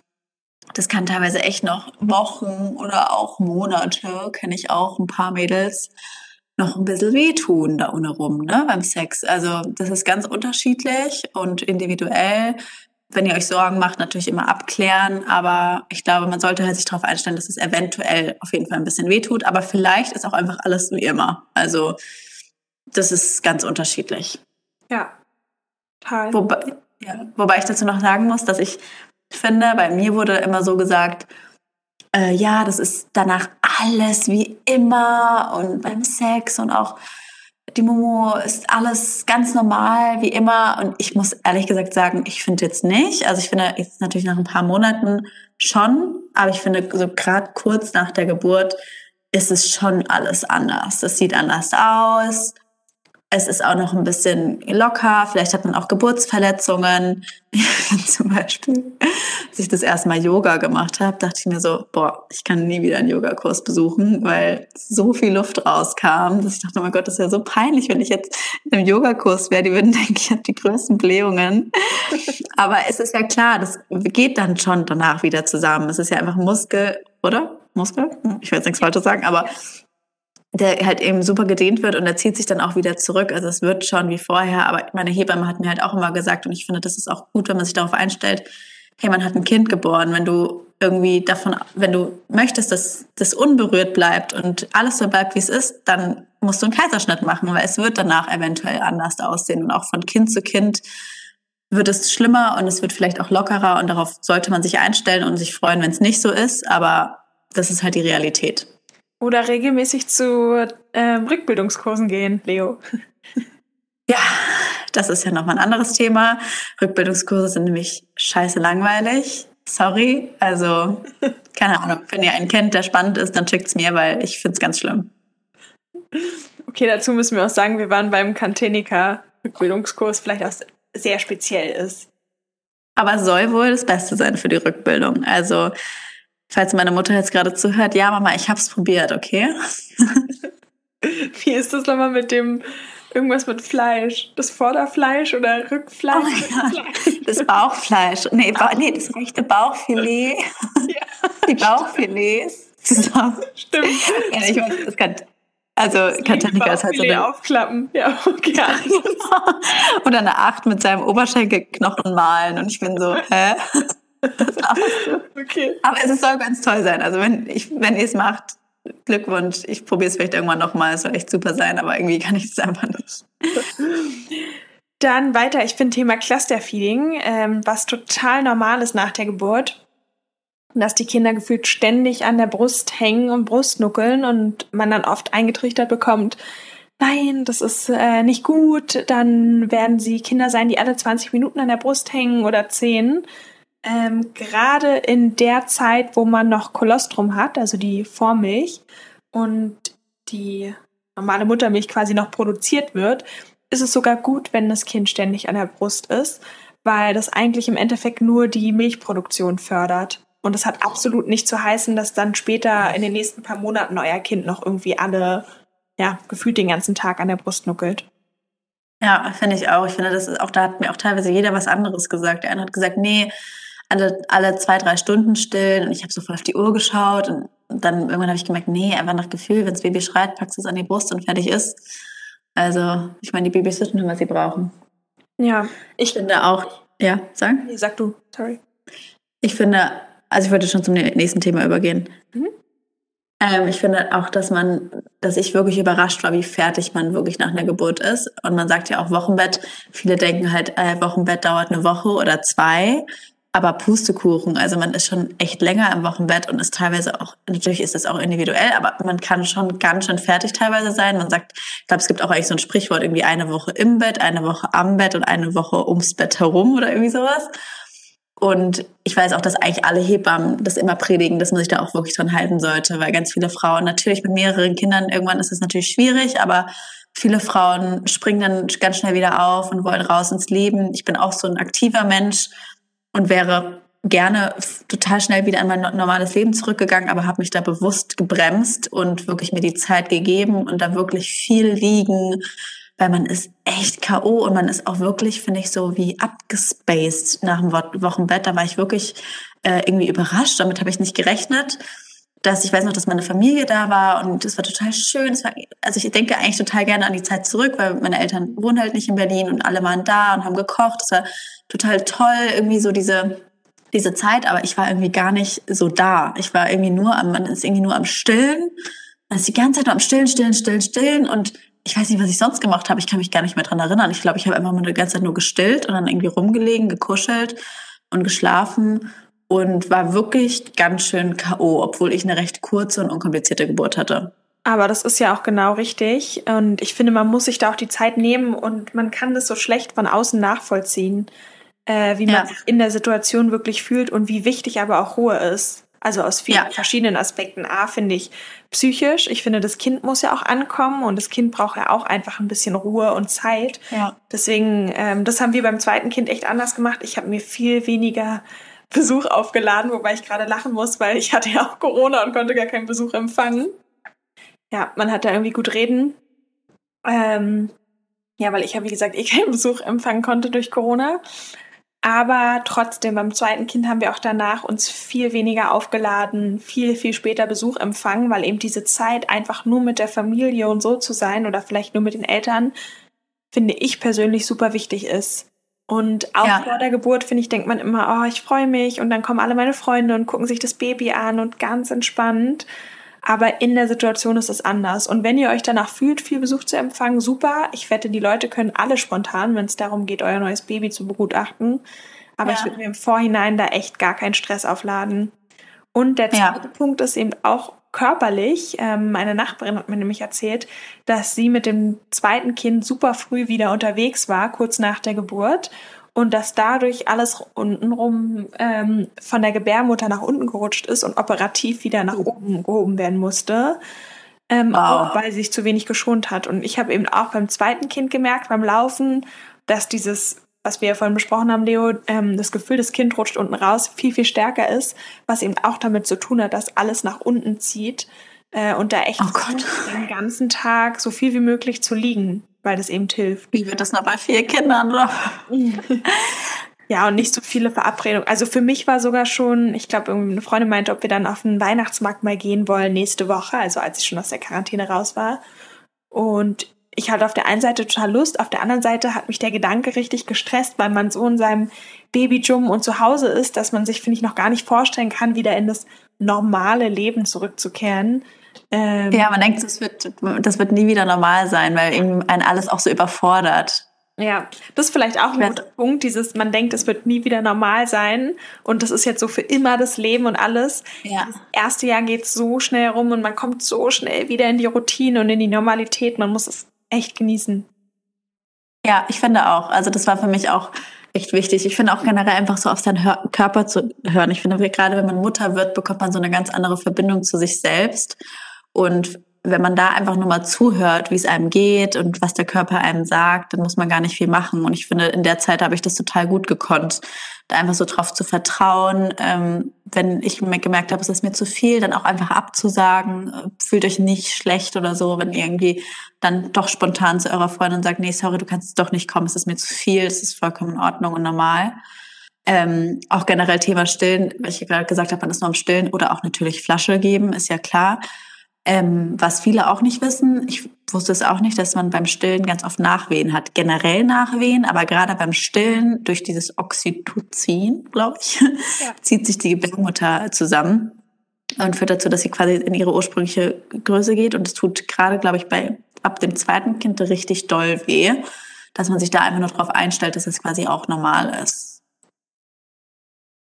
Das kann teilweise echt noch Wochen oder auch Monate, kenne ich auch ein paar Mädels, noch ein bisschen wehtun da ohne rum, ne, beim Sex. Also das ist ganz unterschiedlich und individuell. Wenn ihr euch Sorgen macht, natürlich immer abklären. Aber ich glaube, man sollte halt sich darauf einstellen, dass es eventuell auf jeden Fall ein bisschen wehtut. Aber vielleicht ist auch einfach alles wie immer. Also das ist ganz unterschiedlich. Ja, total. Wobei, ja, wobei ich dazu noch sagen muss, dass ich finde, bei mir wurde immer so gesagt, äh, ja, das ist danach alles wie immer und beim Sex und auch die Momo ist alles ganz normal wie immer. Und ich muss ehrlich gesagt sagen, ich finde jetzt nicht. Also ich finde jetzt natürlich nach ein paar Monaten schon, aber ich finde so gerade kurz nach der Geburt ist es schon alles anders. Es sieht anders aus. Es ist auch noch ein bisschen locker. Vielleicht hat man auch Geburtsverletzungen. Zum Beispiel, als ich das erste Mal Yoga gemacht habe, dachte ich mir so, boah, ich kann nie wieder einen Yogakurs besuchen, weil so viel Luft rauskam, dass ich dachte, oh mein Gott, das ist ja so peinlich, wenn ich jetzt in einem Yogakurs wäre. Die würden denken, ich habe die größten Blähungen. Aber es ist ja klar, das geht dann schon danach wieder zusammen. Es ist ja einfach Muskel, oder? Muskel? Ich will jetzt nichts Falsches sagen, aber der halt eben super gedehnt wird und der zieht sich dann auch wieder zurück. Also es wird schon wie vorher, aber meine Hebamme hat mir halt auch immer gesagt und ich finde, das ist auch gut, wenn man sich darauf einstellt, hey, man hat ein Kind geboren, wenn du irgendwie davon, wenn du möchtest, dass das unberührt bleibt und alles so bleibt, wie es ist, dann musst du einen Kaiserschnitt machen, weil es wird danach eventuell anders aussehen und auch von Kind zu Kind wird es schlimmer und es wird vielleicht auch lockerer und darauf sollte man sich einstellen und sich freuen, wenn es nicht so ist, aber das ist halt die Realität. Oder regelmäßig zu ähm, Rückbildungskursen gehen, Leo. Ja, das ist ja nochmal ein anderes Thema. Rückbildungskurse sind nämlich scheiße langweilig. Sorry, also keine Ahnung. Wenn ihr einen kennt, der spannend ist, dann schickt's mir, weil ich find's ganz schlimm. Okay, dazu müssen wir auch sagen, wir waren beim Kantenika-Rückbildungskurs, vielleicht auch sehr speziell ist. Aber soll wohl das Beste sein für die Rückbildung. Also falls meine Mutter jetzt gerade zuhört, ja Mama, ich hab's probiert, okay? Wie ist das nochmal mit dem, irgendwas mit Fleisch? Das Vorderfleisch oder Rückfleisch? Oh mein Gott, das Bauchfleisch. Nee, ba- nee, das rechte Bauchfilet. Ja. Die Bauchfilets zusammen. Stimmt. Ja, ich weiß, das kann, also Kantenika ist halt so eine... aufklappen, ja, okay. Oder eine Acht mit seinem Oberschenkelknochen malen und ich bin so, hä? Das okay. Aber es soll ganz toll sein. Also wenn ich, wenn ihr es macht, Glückwunsch. Ich probiere es vielleicht irgendwann nochmal. Es soll echt super sein, aber irgendwie kann ich es einfach nicht. Dann weiter. Ich finde Thema Clusterfeeding, ähm, was total normal ist nach der Geburt. Dass die Kinder gefühlt ständig an der Brust hängen und Brustnuckeln und man dann oft eingetrichtert bekommt, nein, das ist äh, nicht gut. Dann werden sie Kinder sein, die alle zwanzig Minuten an der Brust hängen oder zehn. Ähm, gerade in der Zeit, wo man noch Kolostrum hat, also die Vormilch und die normale Muttermilch quasi noch produziert wird, ist es sogar gut, wenn das Kind ständig an der Brust ist, weil das eigentlich im Endeffekt nur die Milchproduktion fördert. Und das hat absolut nicht zu heißen, dass dann später in den nächsten paar Monaten euer Kind noch irgendwie alle, ja, gefühlt den ganzen Tag an der Brust nuckelt. Ja, finde ich auch. Ich finde, das ist auch, da hat mir auch teilweise jeder was anderes gesagt. Der eine hat gesagt, nee, alle, alle zwei, drei Stunden stillen und ich habe so voll auf die Uhr geschaut und dann irgendwann habe ich gemerkt, nee, einfach nach Gefühl, wenn das Baby schreit, packst du es an die Brust und fertig ist. Also, ich meine, die Babys wissen schon, was sie brauchen. Ja, ich finde auch, ja, sag? Nee, sag du, sorry. Ich finde, also ich wollte schon zum nächsten Thema übergehen. Mhm. Ähm, ich finde auch, dass man, dass ich wirklich überrascht war, wie fertig man wirklich nach einer Geburt ist. Und man sagt ja auch Wochenbett. Viele denken halt, äh, Wochenbett dauert eine Woche oder zwei. Aber Pustekuchen, also man ist schon echt länger im Wochenbett und ist teilweise auch, natürlich ist das auch individuell, aber man kann schon ganz schön fertig teilweise sein. Man sagt, ich glaube, es gibt auch eigentlich so ein Sprichwort, irgendwie eine Woche im Bett, eine Woche am Bett und eine Woche ums Bett herum oder irgendwie sowas. Und ich weiß auch, dass eigentlich alle Hebammen das immer predigen, dass man sich da auch wirklich dran halten sollte, weil ganz viele Frauen, natürlich mit mehreren Kindern, irgendwann ist es natürlich schwierig, aber viele Frauen springen dann ganz schnell wieder auf und wollen raus ins Leben. Ich bin auch so ein aktiver Mensch und wäre gerne total schnell wieder in mein normales Leben zurückgegangen, aber habe mich da bewusst gebremst und wirklich mir die Zeit gegeben und da wirklich viel liegen, weil man ist echt K O und man ist auch wirklich, finde ich, so wie abgespaced nach dem Wochenbett. Da war ich wirklich äh, irgendwie überrascht, damit habe ich nicht gerechnet. Dass ich weiß noch, dass meine Familie da war und es war total schön. Es war, also ich denke eigentlich total gerne an die Zeit zurück, weil meine Eltern wohnen halt nicht in Berlin und alle waren da und haben gekocht. Es war total toll, irgendwie so diese diese Zeit, aber ich war irgendwie gar nicht so da. Ich war irgendwie nur am, man ist irgendwie nur am Stillen. Man ist die ganze Zeit nur am Stillen, Stillen, Stillen, Stillen und ich weiß nicht, was ich sonst gemacht habe. Ich kann mich gar nicht mehr dran erinnern. Ich glaube, ich habe einfach mal die ganze Zeit nur gestillt und dann irgendwie rumgelegen, gekuschelt und geschlafen. Und war wirklich ganz schön K O, obwohl ich eine recht kurze und unkomplizierte Geburt hatte. Aber das ist ja auch genau richtig. Und ich finde, man muss sich da auch die Zeit nehmen und man kann das so schlecht von außen nachvollziehen, äh, wie man ja. sich in der Situation wirklich fühlt und wie wichtig aber auch Ruhe ist. Also aus vielen ja. verschiedenen Aspekten. A, finde ich psychisch. Ich finde, das Kind muss ja auch ankommen und das Kind braucht ja auch einfach ein bisschen Ruhe und Zeit. Ja. Deswegen, ähm, das haben wir beim zweiten Kind echt anders gemacht. Ich habe mir viel weniger Besuch aufgeladen, wobei ich gerade lachen muss, weil ich hatte ja auch Corona und konnte gar keinen Besuch empfangen. Ja, man hat da irgendwie gut reden. Ähm, ja, weil ich ja, wie gesagt, eh keinen Besuch empfangen konnte durch Corona. Aber trotzdem, beim zweiten Kind haben wir auch danach uns viel weniger aufgeladen, viel, viel später Besuch empfangen, weil eben diese Zeit einfach nur mit der Familie und so zu sein oder vielleicht nur mit den Eltern, finde ich persönlich super wichtig ist. Und auch ja. vor der Geburt, finde ich, denkt man immer, oh, ich freue mich und dann kommen alle meine Freunde und gucken sich das Baby an und ganz entspannt. Aber in der Situation ist es anders. Und wenn ihr euch danach fühlt, viel Besuch zu empfangen, super. Ich wette, die Leute können alle spontan, wenn es darum geht, euer neues Baby zu begutachten. Aber ja. ich würde mir im Vorhinein da echt gar keinen Stress aufladen. Und der zweite ja. Punkt ist eben auch körperlich. Ähm, meine Nachbarin hat mir nämlich erzählt, dass sie mit dem zweiten Kind super früh wieder unterwegs war, kurz nach der Geburt. Und dass dadurch alles untenrum ähm, von der Gebärmutter nach unten gerutscht ist und operativ wieder nach oben gehoben werden musste, ähm, wow. auch weil sie sich zu wenig geschont hat. Und ich habe eben auch beim zweiten Kind gemerkt, beim Laufen, dass dieses, was wir ja vorhin besprochen haben, Leo, ähm, das Gefühl, das Kind rutscht unten raus, viel, viel stärker ist, was eben auch damit zu tun hat, dass alles nach unten zieht äh, und da echt oh den ganzen Tag so viel wie möglich zu liegen, weil das eben hilft. Wie wird das noch bei vier Kindern, oder? Ja, und nicht so viele Verabredungen. Also für mich war sogar schon, ich glaube, eine Freundin meinte, ob wir dann auf den Weihnachtsmarkt mal gehen wollen nächste Woche, also als ich schon aus der Quarantäne raus war. Und ich hatte auf der einen Seite total Lust, auf der anderen Seite hat mich der Gedanke richtig gestresst, weil man so in seinem Babyjum und zu Hause ist, dass man sich, finde ich, noch gar nicht vorstellen kann, wieder in das normale Leben zurückzukehren. Ähm, ja, man denkt, das wird, das wird nie wieder normal sein, weil eben einen alles auch so überfordert. Ja, das ist vielleicht auch ein guter Punkt, dieses, man denkt, es wird nie wieder normal sein und das ist jetzt so für immer das Leben und alles. Ja. Das erste Jahr geht so schnell rum und man kommt so schnell wieder in die Routine und in die Normalität, man muss es echt genießen. Ja, ich finde auch, also das war für mich auch echt wichtig. Ich finde auch generell einfach so auf seinen Hör- Körper zu hören. Ich finde, gerade wenn man Mutter wird, bekommt man so eine ganz andere Verbindung zu sich selbst. Und wenn man da einfach nur mal zuhört, wie es einem geht und was der Körper einem sagt, dann muss man gar nicht viel machen. Und ich finde, in der Zeit habe ich das total gut gekonnt, da einfach so drauf zu vertrauen. Ähm, wenn ich mir gemerkt habe, es ist mir zu viel, dann auch einfach abzusagen. Fühlt euch nicht schlecht oder so, wenn ihr irgendwie dann doch spontan zu eurer Freundin sagt, nee, sorry, du kannst doch nicht kommen, es ist mir zu viel, es ist vollkommen in Ordnung und normal. Ähm, auch generell Thema Stillen, weil ich ja gerade gesagt habe, man ist nur am Stillen oder auch natürlich Flasche geben, ist ja klar. Ähm, was viele auch nicht wissen, ich wusste es auch nicht, dass man beim Stillen ganz oft Nachwehen hat. Generell Nachwehen, aber gerade beim Stillen durch dieses Oxytocin, glaube ich, ja. zieht sich die Gebärmutter zusammen und führt dazu, dass sie quasi in ihre ursprüngliche Größe geht. Und es tut gerade, glaube ich, bei ab dem zweiten Kind richtig doll weh, dass man sich da einfach nur darauf einstellt, dass es quasi auch normal ist.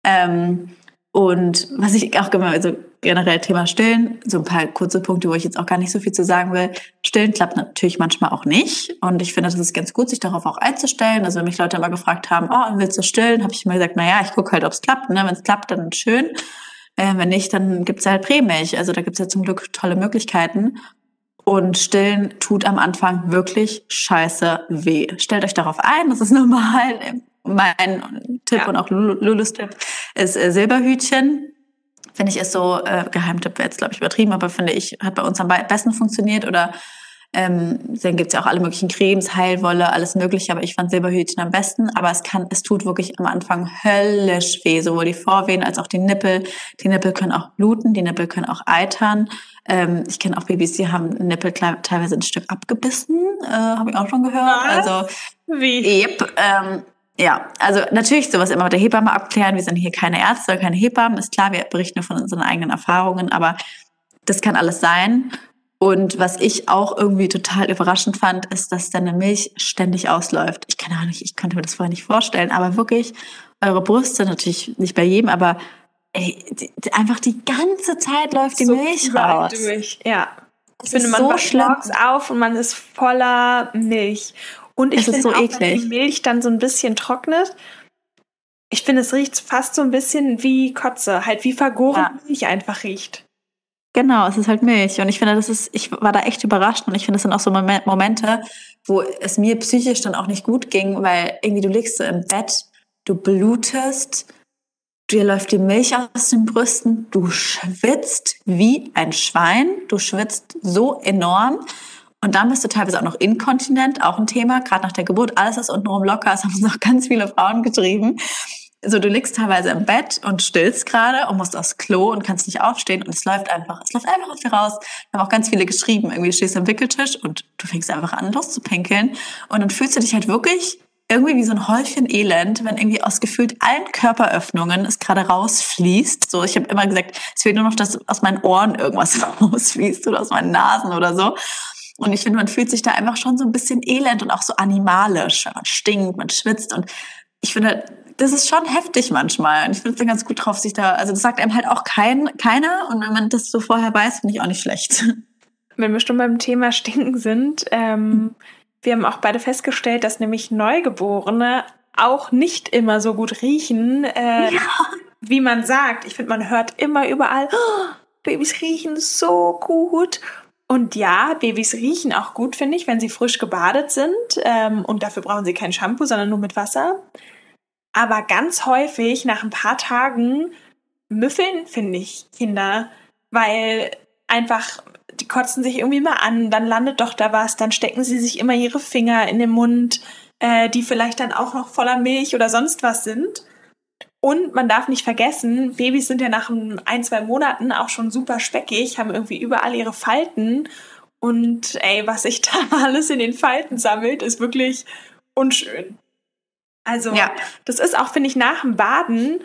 Ähm, und was ich auch immer, also generell Thema Stillen, so ein paar kurze Punkte, wo ich jetzt auch gar nicht so viel zu sagen will. Stillen klappt natürlich manchmal auch nicht. Und ich finde, das ist ganz gut, sich darauf auch einzustellen. Also wenn mich Leute immer gefragt haben, oh, willst du stillen? Habe ich immer gesagt, naja, ich gucke halt, ob es klappt. Ne? Wenn es klappt, dann schön. Äh, wenn nicht, dann gibt's halt Prämilch. Also da gibt's ja zum Glück tolle Möglichkeiten. Und Stillen tut am Anfang wirklich scheiße weh. Stellt euch darauf ein, das ist normal. Mein Tipp ja. und auch Lulus Tipp ist äh, Silberhütchen. Finde ich, ist so, äh, Geheimtipp wäre jetzt, glaube ich, übertrieben, aber finde ich, hat bei uns am besten funktioniert. Oder ähm, dann gibt's ja auch alle möglichen Cremes, Heilwolle, alles mögliche, aber ich fand Silberhütchen am besten. Aber es kann, es tut wirklich am Anfang höllisch weh, sowohl die Vorwehen als auch die Nippel. Die Nippel können auch bluten, die Nippel können auch eitern. Ähm, ich kenne auch Babys, die haben Nippel teilweise ein Stück abgebissen, äh, habe ich auch schon gehört. Was? Also wie? Yep, ähm, ja, also natürlich sowas immer mit der Hebamme abklären. Wir sind hier keine Ärzte, keine Hebammen. Ist klar, wir berichten nur von unseren eigenen Erfahrungen, aber das kann alles sein. Und was ich auch irgendwie total überraschend fand, ist, dass deine Milch ständig ausläuft. Ich kann auch nicht, ich konnte mir das vorher nicht vorstellen, aber wirklich eure Brüste, natürlich nicht bei jedem, aber ey, die, die, einfach die ganze Zeit läuft die so Milch raus. Durch. Ja. Ich das finde, man so wacht morgens auf und man ist voller Milch. Und ich finde so auch, eklig. wenn die Milch dann so ein bisschen trocknet, ich finde, es riecht fast so ein bisschen wie Kotze, halt wie vergorene ja. Milch einfach riecht. Genau, es ist halt Milch. Und ich finde, das ist, ich war da echt überrascht und ich finde, das sind auch so Momente, wo es mir psychisch dann auch nicht gut ging, weil irgendwie du liegst so im Bett, du blutest, dir läuft die Milch aus den Brüsten, du schwitzt wie ein Schwein, du schwitzt so enorm. Und dann bist du teilweise auch noch inkontinent, auch ein Thema, gerade nach der Geburt, alles, was untenrum locker ist, haben uns noch ganz viele Frauen getrieben. So, du liegst teilweise im Bett und stillst gerade und musst aufs Klo und kannst nicht aufstehen und es läuft einfach, es läuft einfach aus dir raus. Wir haben auch ganz viele geschrieben, irgendwie du stehst am Wickeltisch und du fängst einfach an, loszupinkeln und dann fühlst du dich halt wirklich irgendwie wie so ein Häufchen Elend, wenn irgendwie aus gefühlt allen Körperöffnungen es gerade rausfließt. So, ich habe immer gesagt, es fehlt nur noch, dass aus meinen Ohren irgendwas rausfließt oder aus meinen Nasen oder so. Und ich finde, man fühlt sich da einfach schon so ein bisschen elend und auch so animalisch. Man stinkt, man schwitzt und ich finde, das ist schon heftig manchmal. Und ich finde es dann ganz gut drauf, sich da, also das sagt einem halt auch kein, keiner. Und wenn man das so vorher weiß, finde ich auch nicht schlecht. Wenn wir schon beim Thema Stinken sind, ähm, wir haben auch beide festgestellt, dass nämlich Neugeborene auch nicht immer so gut riechen, äh, ja. wie man sagt. Ich finde, man hört immer überall, oh, Babys riechen so gut. Und ja, Babys riechen auch gut, finde ich, wenn sie frisch gebadet sind. Ähm, und dafür brauchen sie kein Shampoo, sondern nur mit Wasser. Aber ganz häufig, nach ein paar Tagen, müffeln, finde ich, Kinder. Weil einfach, die kotzen sich irgendwie mal an, dann landet doch da was, dann stecken sie sich immer ihre Finger in den Mund, äh, die vielleicht dann auch noch voller Milch oder sonst was sind. Und man darf nicht vergessen, Babys sind ja nach ein, zwei Monaten auch schon super speckig, haben irgendwie überall ihre Falten. Und ey, was sich da alles in den Falten sammelt, ist wirklich unschön. Also ja. Das ist auch, finde ich, nach dem Baden,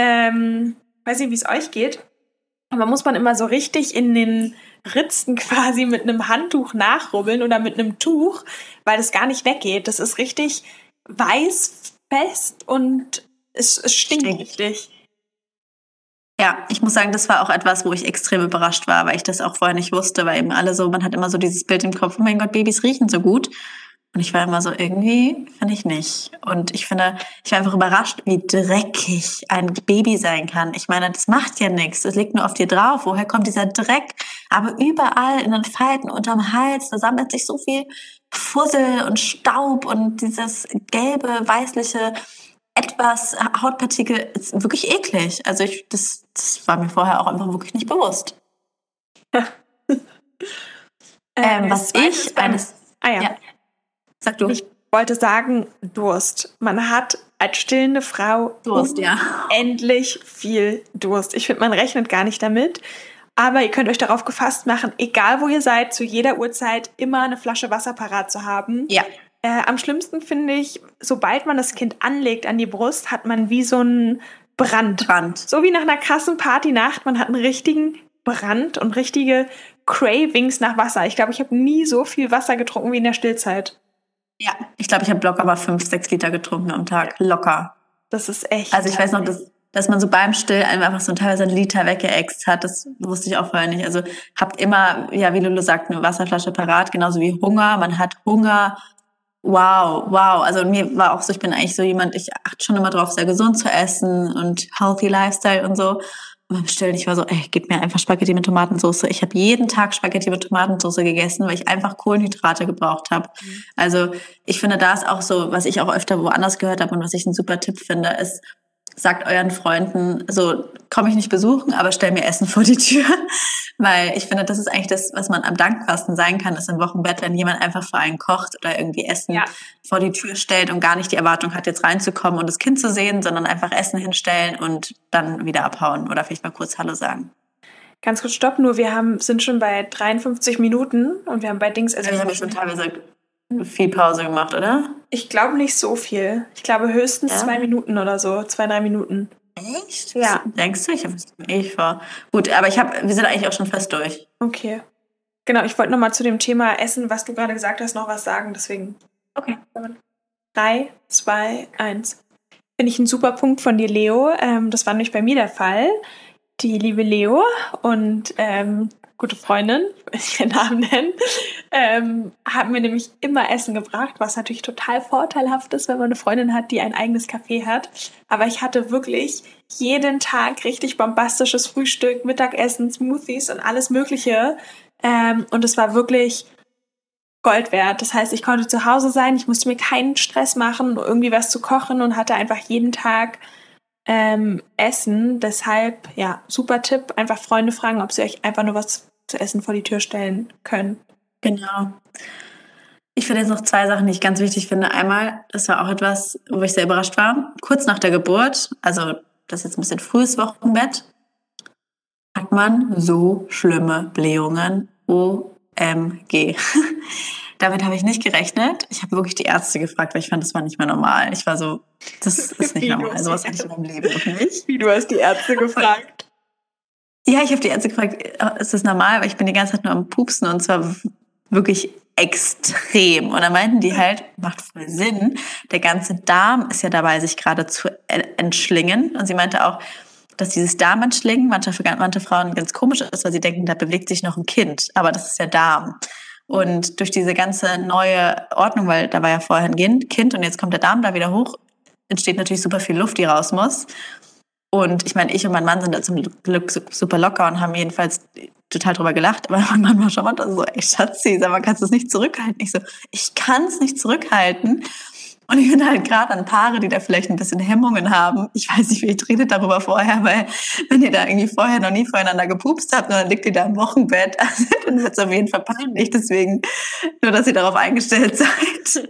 ähm, weiß nicht, wie es euch geht, aber muss man immer so richtig in den Ritzen quasi mit einem Handtuch nachrubbeln oder mit einem Tuch, weil das gar nicht weggeht. Das ist richtig weiß, fest und Es, es stinkt Stinkt. richtig. Ja, ich muss sagen, das war auch etwas, wo ich extrem überrascht war, weil ich das auch vorher nicht wusste, weil eben alle so, man hat immer so dieses Bild im Kopf, oh mein Gott, Babys riechen so gut. Und ich war immer so, irgendwie finde ich nicht. Und ich finde, ich war einfach überrascht, wie dreckig ein Baby sein kann. Ich meine, das macht ja nichts, das liegt nur auf dir drauf. Woher kommt dieser Dreck? Aber überall in den Falten, unterm Hals, da sammelt sich so viel Fussel und Staub und dieses gelbe, weißliche etwas Hautpartikel, ist wirklich eklig. Also ich, das, das war mir vorher auch einfach wirklich nicht bewusst. Ja. ähm, was ich eines... Ah ja. ja. Sag du. Ich wollte sagen, Durst. Man hat als stillende Frau Durst, ja. endlich viel Durst. Ich finde, man rechnet gar nicht damit. Aber ihr könnt euch darauf gefasst machen, egal wo ihr seid, zu jeder Uhrzeit immer eine Flasche Wasser parat zu haben. Ja. Äh, am schlimmsten finde ich, sobald man das Kind anlegt an die Brust, hat man wie so einen Brand. Brand. So wie nach einer krassen Partynacht. Man hat einen richtigen Brand und richtige Cravings nach Wasser. Ich glaube, ich habe nie so viel Wasser getrunken wie in der Stillzeit. Ja, ich glaube, ich habe locker mal fünf, sechs Liter getrunken am Tag. Locker. Das ist echt. Also ich weiß noch, das, dass man so beim Stillen einfach so teilweise einen Liter weggeäxt hat, das wusste ich auch vorher nicht. Also habt immer, ja, wie Lulu sagt, eine Wasserflasche parat, genauso wie Hunger. Man hat Hunger. Wow, wow. Also mir war auch so, ich bin eigentlich so jemand, ich achte schon immer drauf, sehr gesund zu essen und healthy Lifestyle und so. Und beim Stillen, ich war so, ey, gib mir einfach Spaghetti mit Tomatensauce. Ich habe jeden Tag Spaghetti mit Tomatensauce gegessen, weil ich einfach Kohlenhydrate gebraucht habe. Mhm. Also ich finde, da ist auch so, was ich auch öfter woanders gehört habe und was ich einen super Tipp finde, ist, sagt euren Freunden, so komme ich nicht besuchen, aber stell mir Essen vor die Tür. Weil ich finde, das ist eigentlich das, was man am dankbarsten sein kann, ist im Wochenbett, wenn jemand einfach für einen kocht oder irgendwie Essen ja. vor die Tür stellt und gar nicht die Erwartung hat, jetzt reinzukommen und das Kind zu sehen, sondern einfach Essen hinstellen und dann wieder abhauen oder vielleicht mal kurz Hallo sagen. Ganz kurz, stopp, nur wir haben, sind schon bei dreiundfünfzig Minuten und wir haben bei Dings... Also ja, wir haben schon teilweise viel Pause gemacht, oder? Ich glaube nicht so viel. Ich glaube höchstens ja. zwei Minuten oder so, zwei, drei Minuten. Echt? Ja. Denkst du? Ich habe es eh vor. Gut, aber ich habe, wir sind eigentlich auch schon fast durch. Okay. Genau, ich wollte nochmal zu dem Thema Essen, was du gerade gesagt hast, noch was sagen, deswegen. Okay. Drei, zwei, eins. Finde ich einen super Punkt von dir, Leo. Ähm, das war nämlich bei mir der Fall. Die liebe Leo und ähm, gute Freundin, wenn ich ihren Namen nennen, ähm, haben mir nämlich immer Essen gebracht, was natürlich total vorteilhaft ist, wenn man eine Freundin hat, die ein eigenes Café hat. Aber ich hatte wirklich jeden Tag richtig bombastisches Frühstück, Mittagessen, Smoothies und alles Mögliche. Ähm, und es war wirklich Gold wert. Das heißt, ich konnte zu Hause sein, ich musste mir keinen Stress machen, irgendwie was zu kochen und hatte einfach jeden Tag ähm, Essen. Deshalb, ja, super Tipp. Einfach Freunde fragen, ob sie euch einfach nur was zu essen vor die Tür stellen können. Genau. Ich finde jetzt noch zwei Sachen, die ich ganz wichtig finde. Einmal, das war auch etwas, wo ich sehr überrascht war. Kurz nach der Geburt, also das ist jetzt ein bisschen frühes Wochenbett, hat man so schlimme Blähungen. O M G. Damit habe ich nicht gerechnet. Ich habe wirklich die Ärzte gefragt, weil ich fand, das war nicht mehr normal. Ich war so, das ist nicht normal. Sowas hatte ich in meinem Leben noch nicht. Wie, du hast die Ärzte gefragt? Ja, ich habe die Ärzte gefragt, ist das normal? Weil ich bin die ganze Zeit nur am Pupsen und zwar wirklich extrem. Und dann meinten die halt, macht voll Sinn, der ganze Darm ist ja dabei, sich gerade zu entschlingen. Und sie meinte auch, dass dieses Darmentschlingen manche, für manche Frauen ganz komisch ist, weil sie denken, da bewegt sich noch ein Kind. Aber das ist der Darm. Und durch diese ganze neue Ordnung, weil da war ja vorher ein Kind und jetzt kommt der Darm da wieder hoch, entsteht natürlich super viel Luft, die raus muss. Und ich meine, ich und mein Mann sind da zum Glück super locker und haben jedenfalls total drüber gelacht. Aber mein Mann war schon mal so, ey Schatzi, sag mal, kannst du es nicht zurückhalten? Ich so, ich kann es nicht zurückhalten. Und ich finde halt gerade an Paare, die da vielleicht ein bisschen Hemmungen haben. Ich weiß nicht, wie ich redet darüber vorher, weil wenn ihr da irgendwie vorher noch nie voreinander gepupst habt und dann liegt ihr da im Wochenbett, also, dann wird es auf jeden Fall peinlich. Deswegen nur, dass ihr darauf eingestellt seid.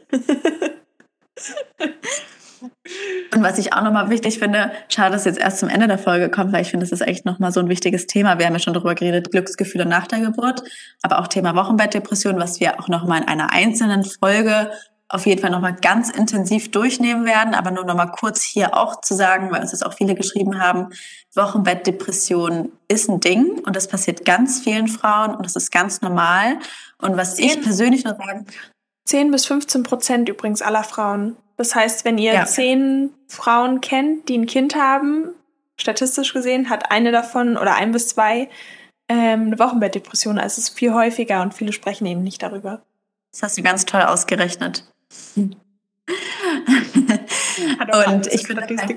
Und was ich auch nochmal wichtig finde, schade, dass jetzt erst zum Ende der Folge kommt, weil ich finde, das ist echt nochmal so ein wichtiges Thema. Wir haben ja schon darüber geredet, Glücksgefühle nach der Geburt, aber auch Thema Wochenbettdepression, was wir auch nochmal in einer einzelnen Folge auf jeden Fall nochmal ganz intensiv durchnehmen werden, aber nur nochmal kurz hier auch zu sagen, weil uns das auch viele geschrieben haben, Wochenbettdepression ist ein Ding und das passiert ganz vielen Frauen und das ist ganz normal. Und was ich persönlich nur sagen... zehn bis fünfzehn Prozent übrigens aller Frauen. Das heißt, wenn ihr ja. zehn Frauen kennt, die ein Kind haben, statistisch gesehen, hat eine davon oder ein bis zwei ähm, eine Wochenbettdepression. Also es ist viel häufiger und viele sprechen eben nicht darüber. Das hast du ganz toll ausgerechnet. und ich finde halt,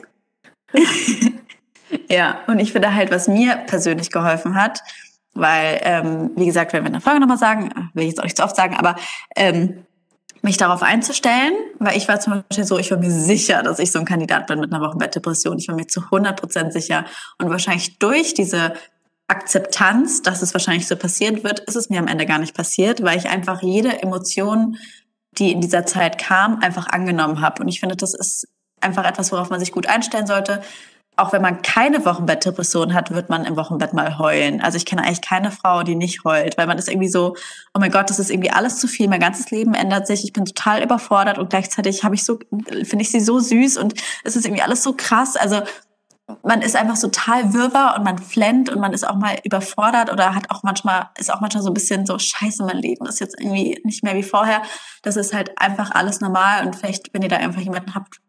ja, und ich finde halt, was mir persönlich geholfen hat, weil, ähm, wie gesagt, wenn wir in der Folge nochmal sagen, will ich jetzt auch nicht so oft sagen, aber ähm, mich darauf einzustellen, weil ich war zum Beispiel so, ich war mir sicher, dass ich so ein Kandidat bin mit einer Wochenbettdepression. Ich war mir zu hundert Prozent sicher. Und wahrscheinlich durch diese Akzeptanz, dass es wahrscheinlich so passieren wird, ist es mir am Ende gar nicht passiert, weil ich einfach jede Emotion, die in dieser Zeit kam, einfach angenommen habe. Und ich finde, das ist einfach etwas, worauf man sich gut einstellen sollte. Auch wenn man keine Wochenbettdepression hat, wird man im Wochenbett mal heulen. Also ich kenne eigentlich keine Frau, die nicht heult, weil man ist irgendwie so, oh mein Gott, das ist irgendwie alles zu viel, mein ganzes Leben ändert sich, ich bin total überfordert und gleichzeitig habe ich so, finde ich sie so süß und es ist irgendwie alles so krass. Also man ist einfach total wirrwarr und man flennt und man ist auch mal überfordert oder hat auch manchmal, ist auch manchmal so ein bisschen so, scheiße, mein Leben ist jetzt irgendwie nicht mehr wie vorher. Das ist halt einfach alles normal und vielleicht, wenn ihr da einfach jemanden habt,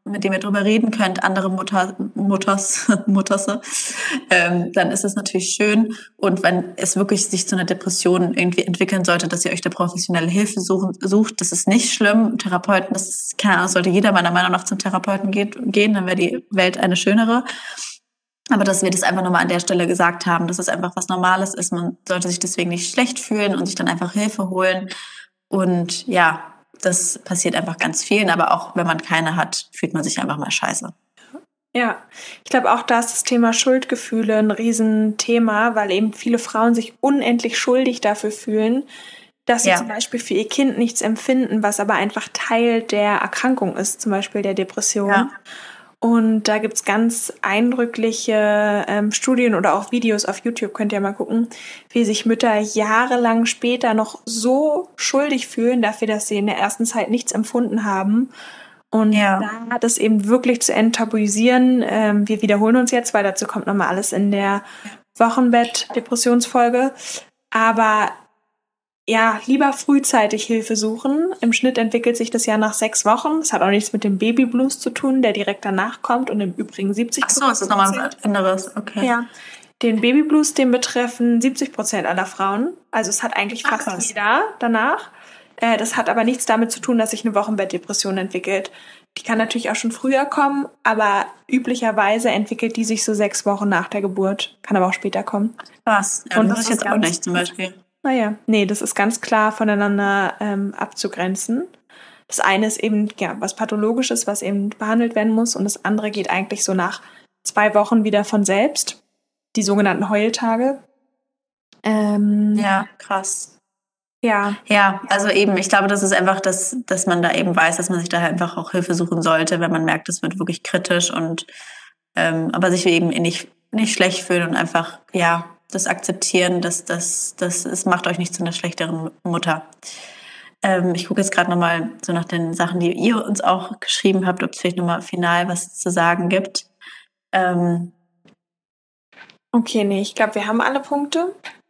mit dem ihr drüber reden könnt, andere Mutter, Mutters, Mutterse, ähm, dann ist es natürlich schön. Und wenn es wirklich sich zu einer Depression irgendwie entwickeln sollte, dass ihr euch da professionelle Hilfe suchen, sucht, das ist nicht schlimm. Therapeuten, das ist, keine Ahnung, sollte jeder meiner Meinung nach zum Therapeuten geht, gehen, dann wäre die Welt eine schönere. Aber dass wir das einfach nochmal an der Stelle gesagt haben, dass es einfach was Normales ist. Man sollte sich deswegen nicht schlecht fühlen und sich dann einfach Hilfe holen. Und ja, das passiert einfach ganz vielen. Aber auch wenn man keine hat, fühlt man sich einfach mal scheiße. Ja, ich glaube auch, da ist das Thema Schuldgefühle ein Riesenthema, weil eben viele Frauen sich unendlich schuldig dafür fühlen, dass sie ja. zum Beispiel für ihr Kind nichts empfinden, was aber einfach Teil der Erkrankung ist, zum Beispiel der Depression. Ja. Und da gibt's ganz eindrückliche ähm, Studien oder auch Videos auf YouTube, könnt ihr mal gucken, wie sich Mütter jahrelang später noch so schuldig fühlen dafür, dass sie in der ersten Zeit nichts empfunden haben. Und ja. da hat es eben wirklich zu enttabuisieren. Ähm, wir wiederholen uns jetzt, weil dazu kommt nochmal alles in der Wochenbett-Depressionsfolge. Aber ja, lieber frühzeitig Hilfe suchen. Im Schnitt entwickelt sich das ja nach sechs Wochen. Das hat auch nichts mit dem Babyblues zu tun, der direkt danach kommt und im Übrigen siebzig Prozent. Ach so, ist das nochmal was anderes, okay. Ja, den Babyblues, den betreffen siebzig Prozent aller Frauen. Also es hat eigentlich fast Ach, jeder danach. Äh, das hat aber nichts damit zu tun, dass sich eine Wochenbettdepression entwickelt. Die kann natürlich auch schon früher kommen, aber üblicherweise entwickelt die sich so sechs Wochen nach der Geburt. Kann aber auch später kommen. Was? Ja, und das ist jetzt auch nicht zum Beispiel. Naja, nee, das ist ganz klar voneinander ähm, abzugrenzen. Das eine ist eben ja was Pathologisches, was eben behandelt werden muss, und das andere geht eigentlich so nach zwei Wochen wieder von selbst. Die sogenannten Heultage. Ähm, ja, krass. Ja. Ja, also eben, ich glaube, das ist einfach, dass, dass man da eben weiß, dass man sich da einfach auch Hilfe suchen sollte, wenn man merkt, es wird wirklich kritisch und ähm, aber sich eben nicht, nicht schlecht fühlen und einfach, ja, das akzeptieren, dass das, das, es macht euch nicht zu einer schlechteren Mutter. Ähm, ich gucke jetzt gerade nochmal so nach den Sachen, die ihr uns auch geschrieben habt, ob es vielleicht nochmal final was zu sagen gibt. Ähm, okay, nee, ich glaube, wir haben alle Punkte.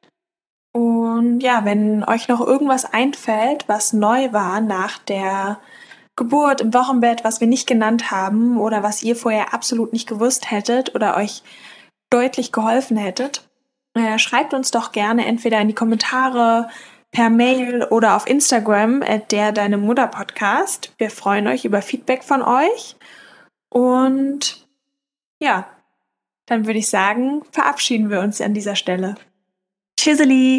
Und ja, wenn euch noch irgendwas einfällt, was neu war nach der Geburt im Wochenbett, was wir nicht genannt haben oder was ihr vorher absolut nicht gewusst hättet oder euch deutlich geholfen hättet, äh, schreibt uns doch gerne entweder in die Kommentare, per Mail oder auf Instagram at der Deine Mutter Podcast. Wir freuen euch über Feedback von euch. Und ja, dann würde ich sagen, verabschieden wir uns an dieser Stelle. Tschüsseli!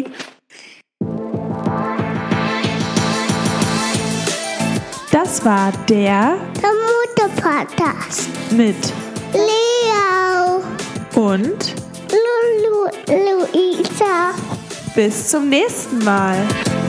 Das war der Der Mutter-Podcast mit Leo und Lulu Luisa. Bis zum nächsten Mal.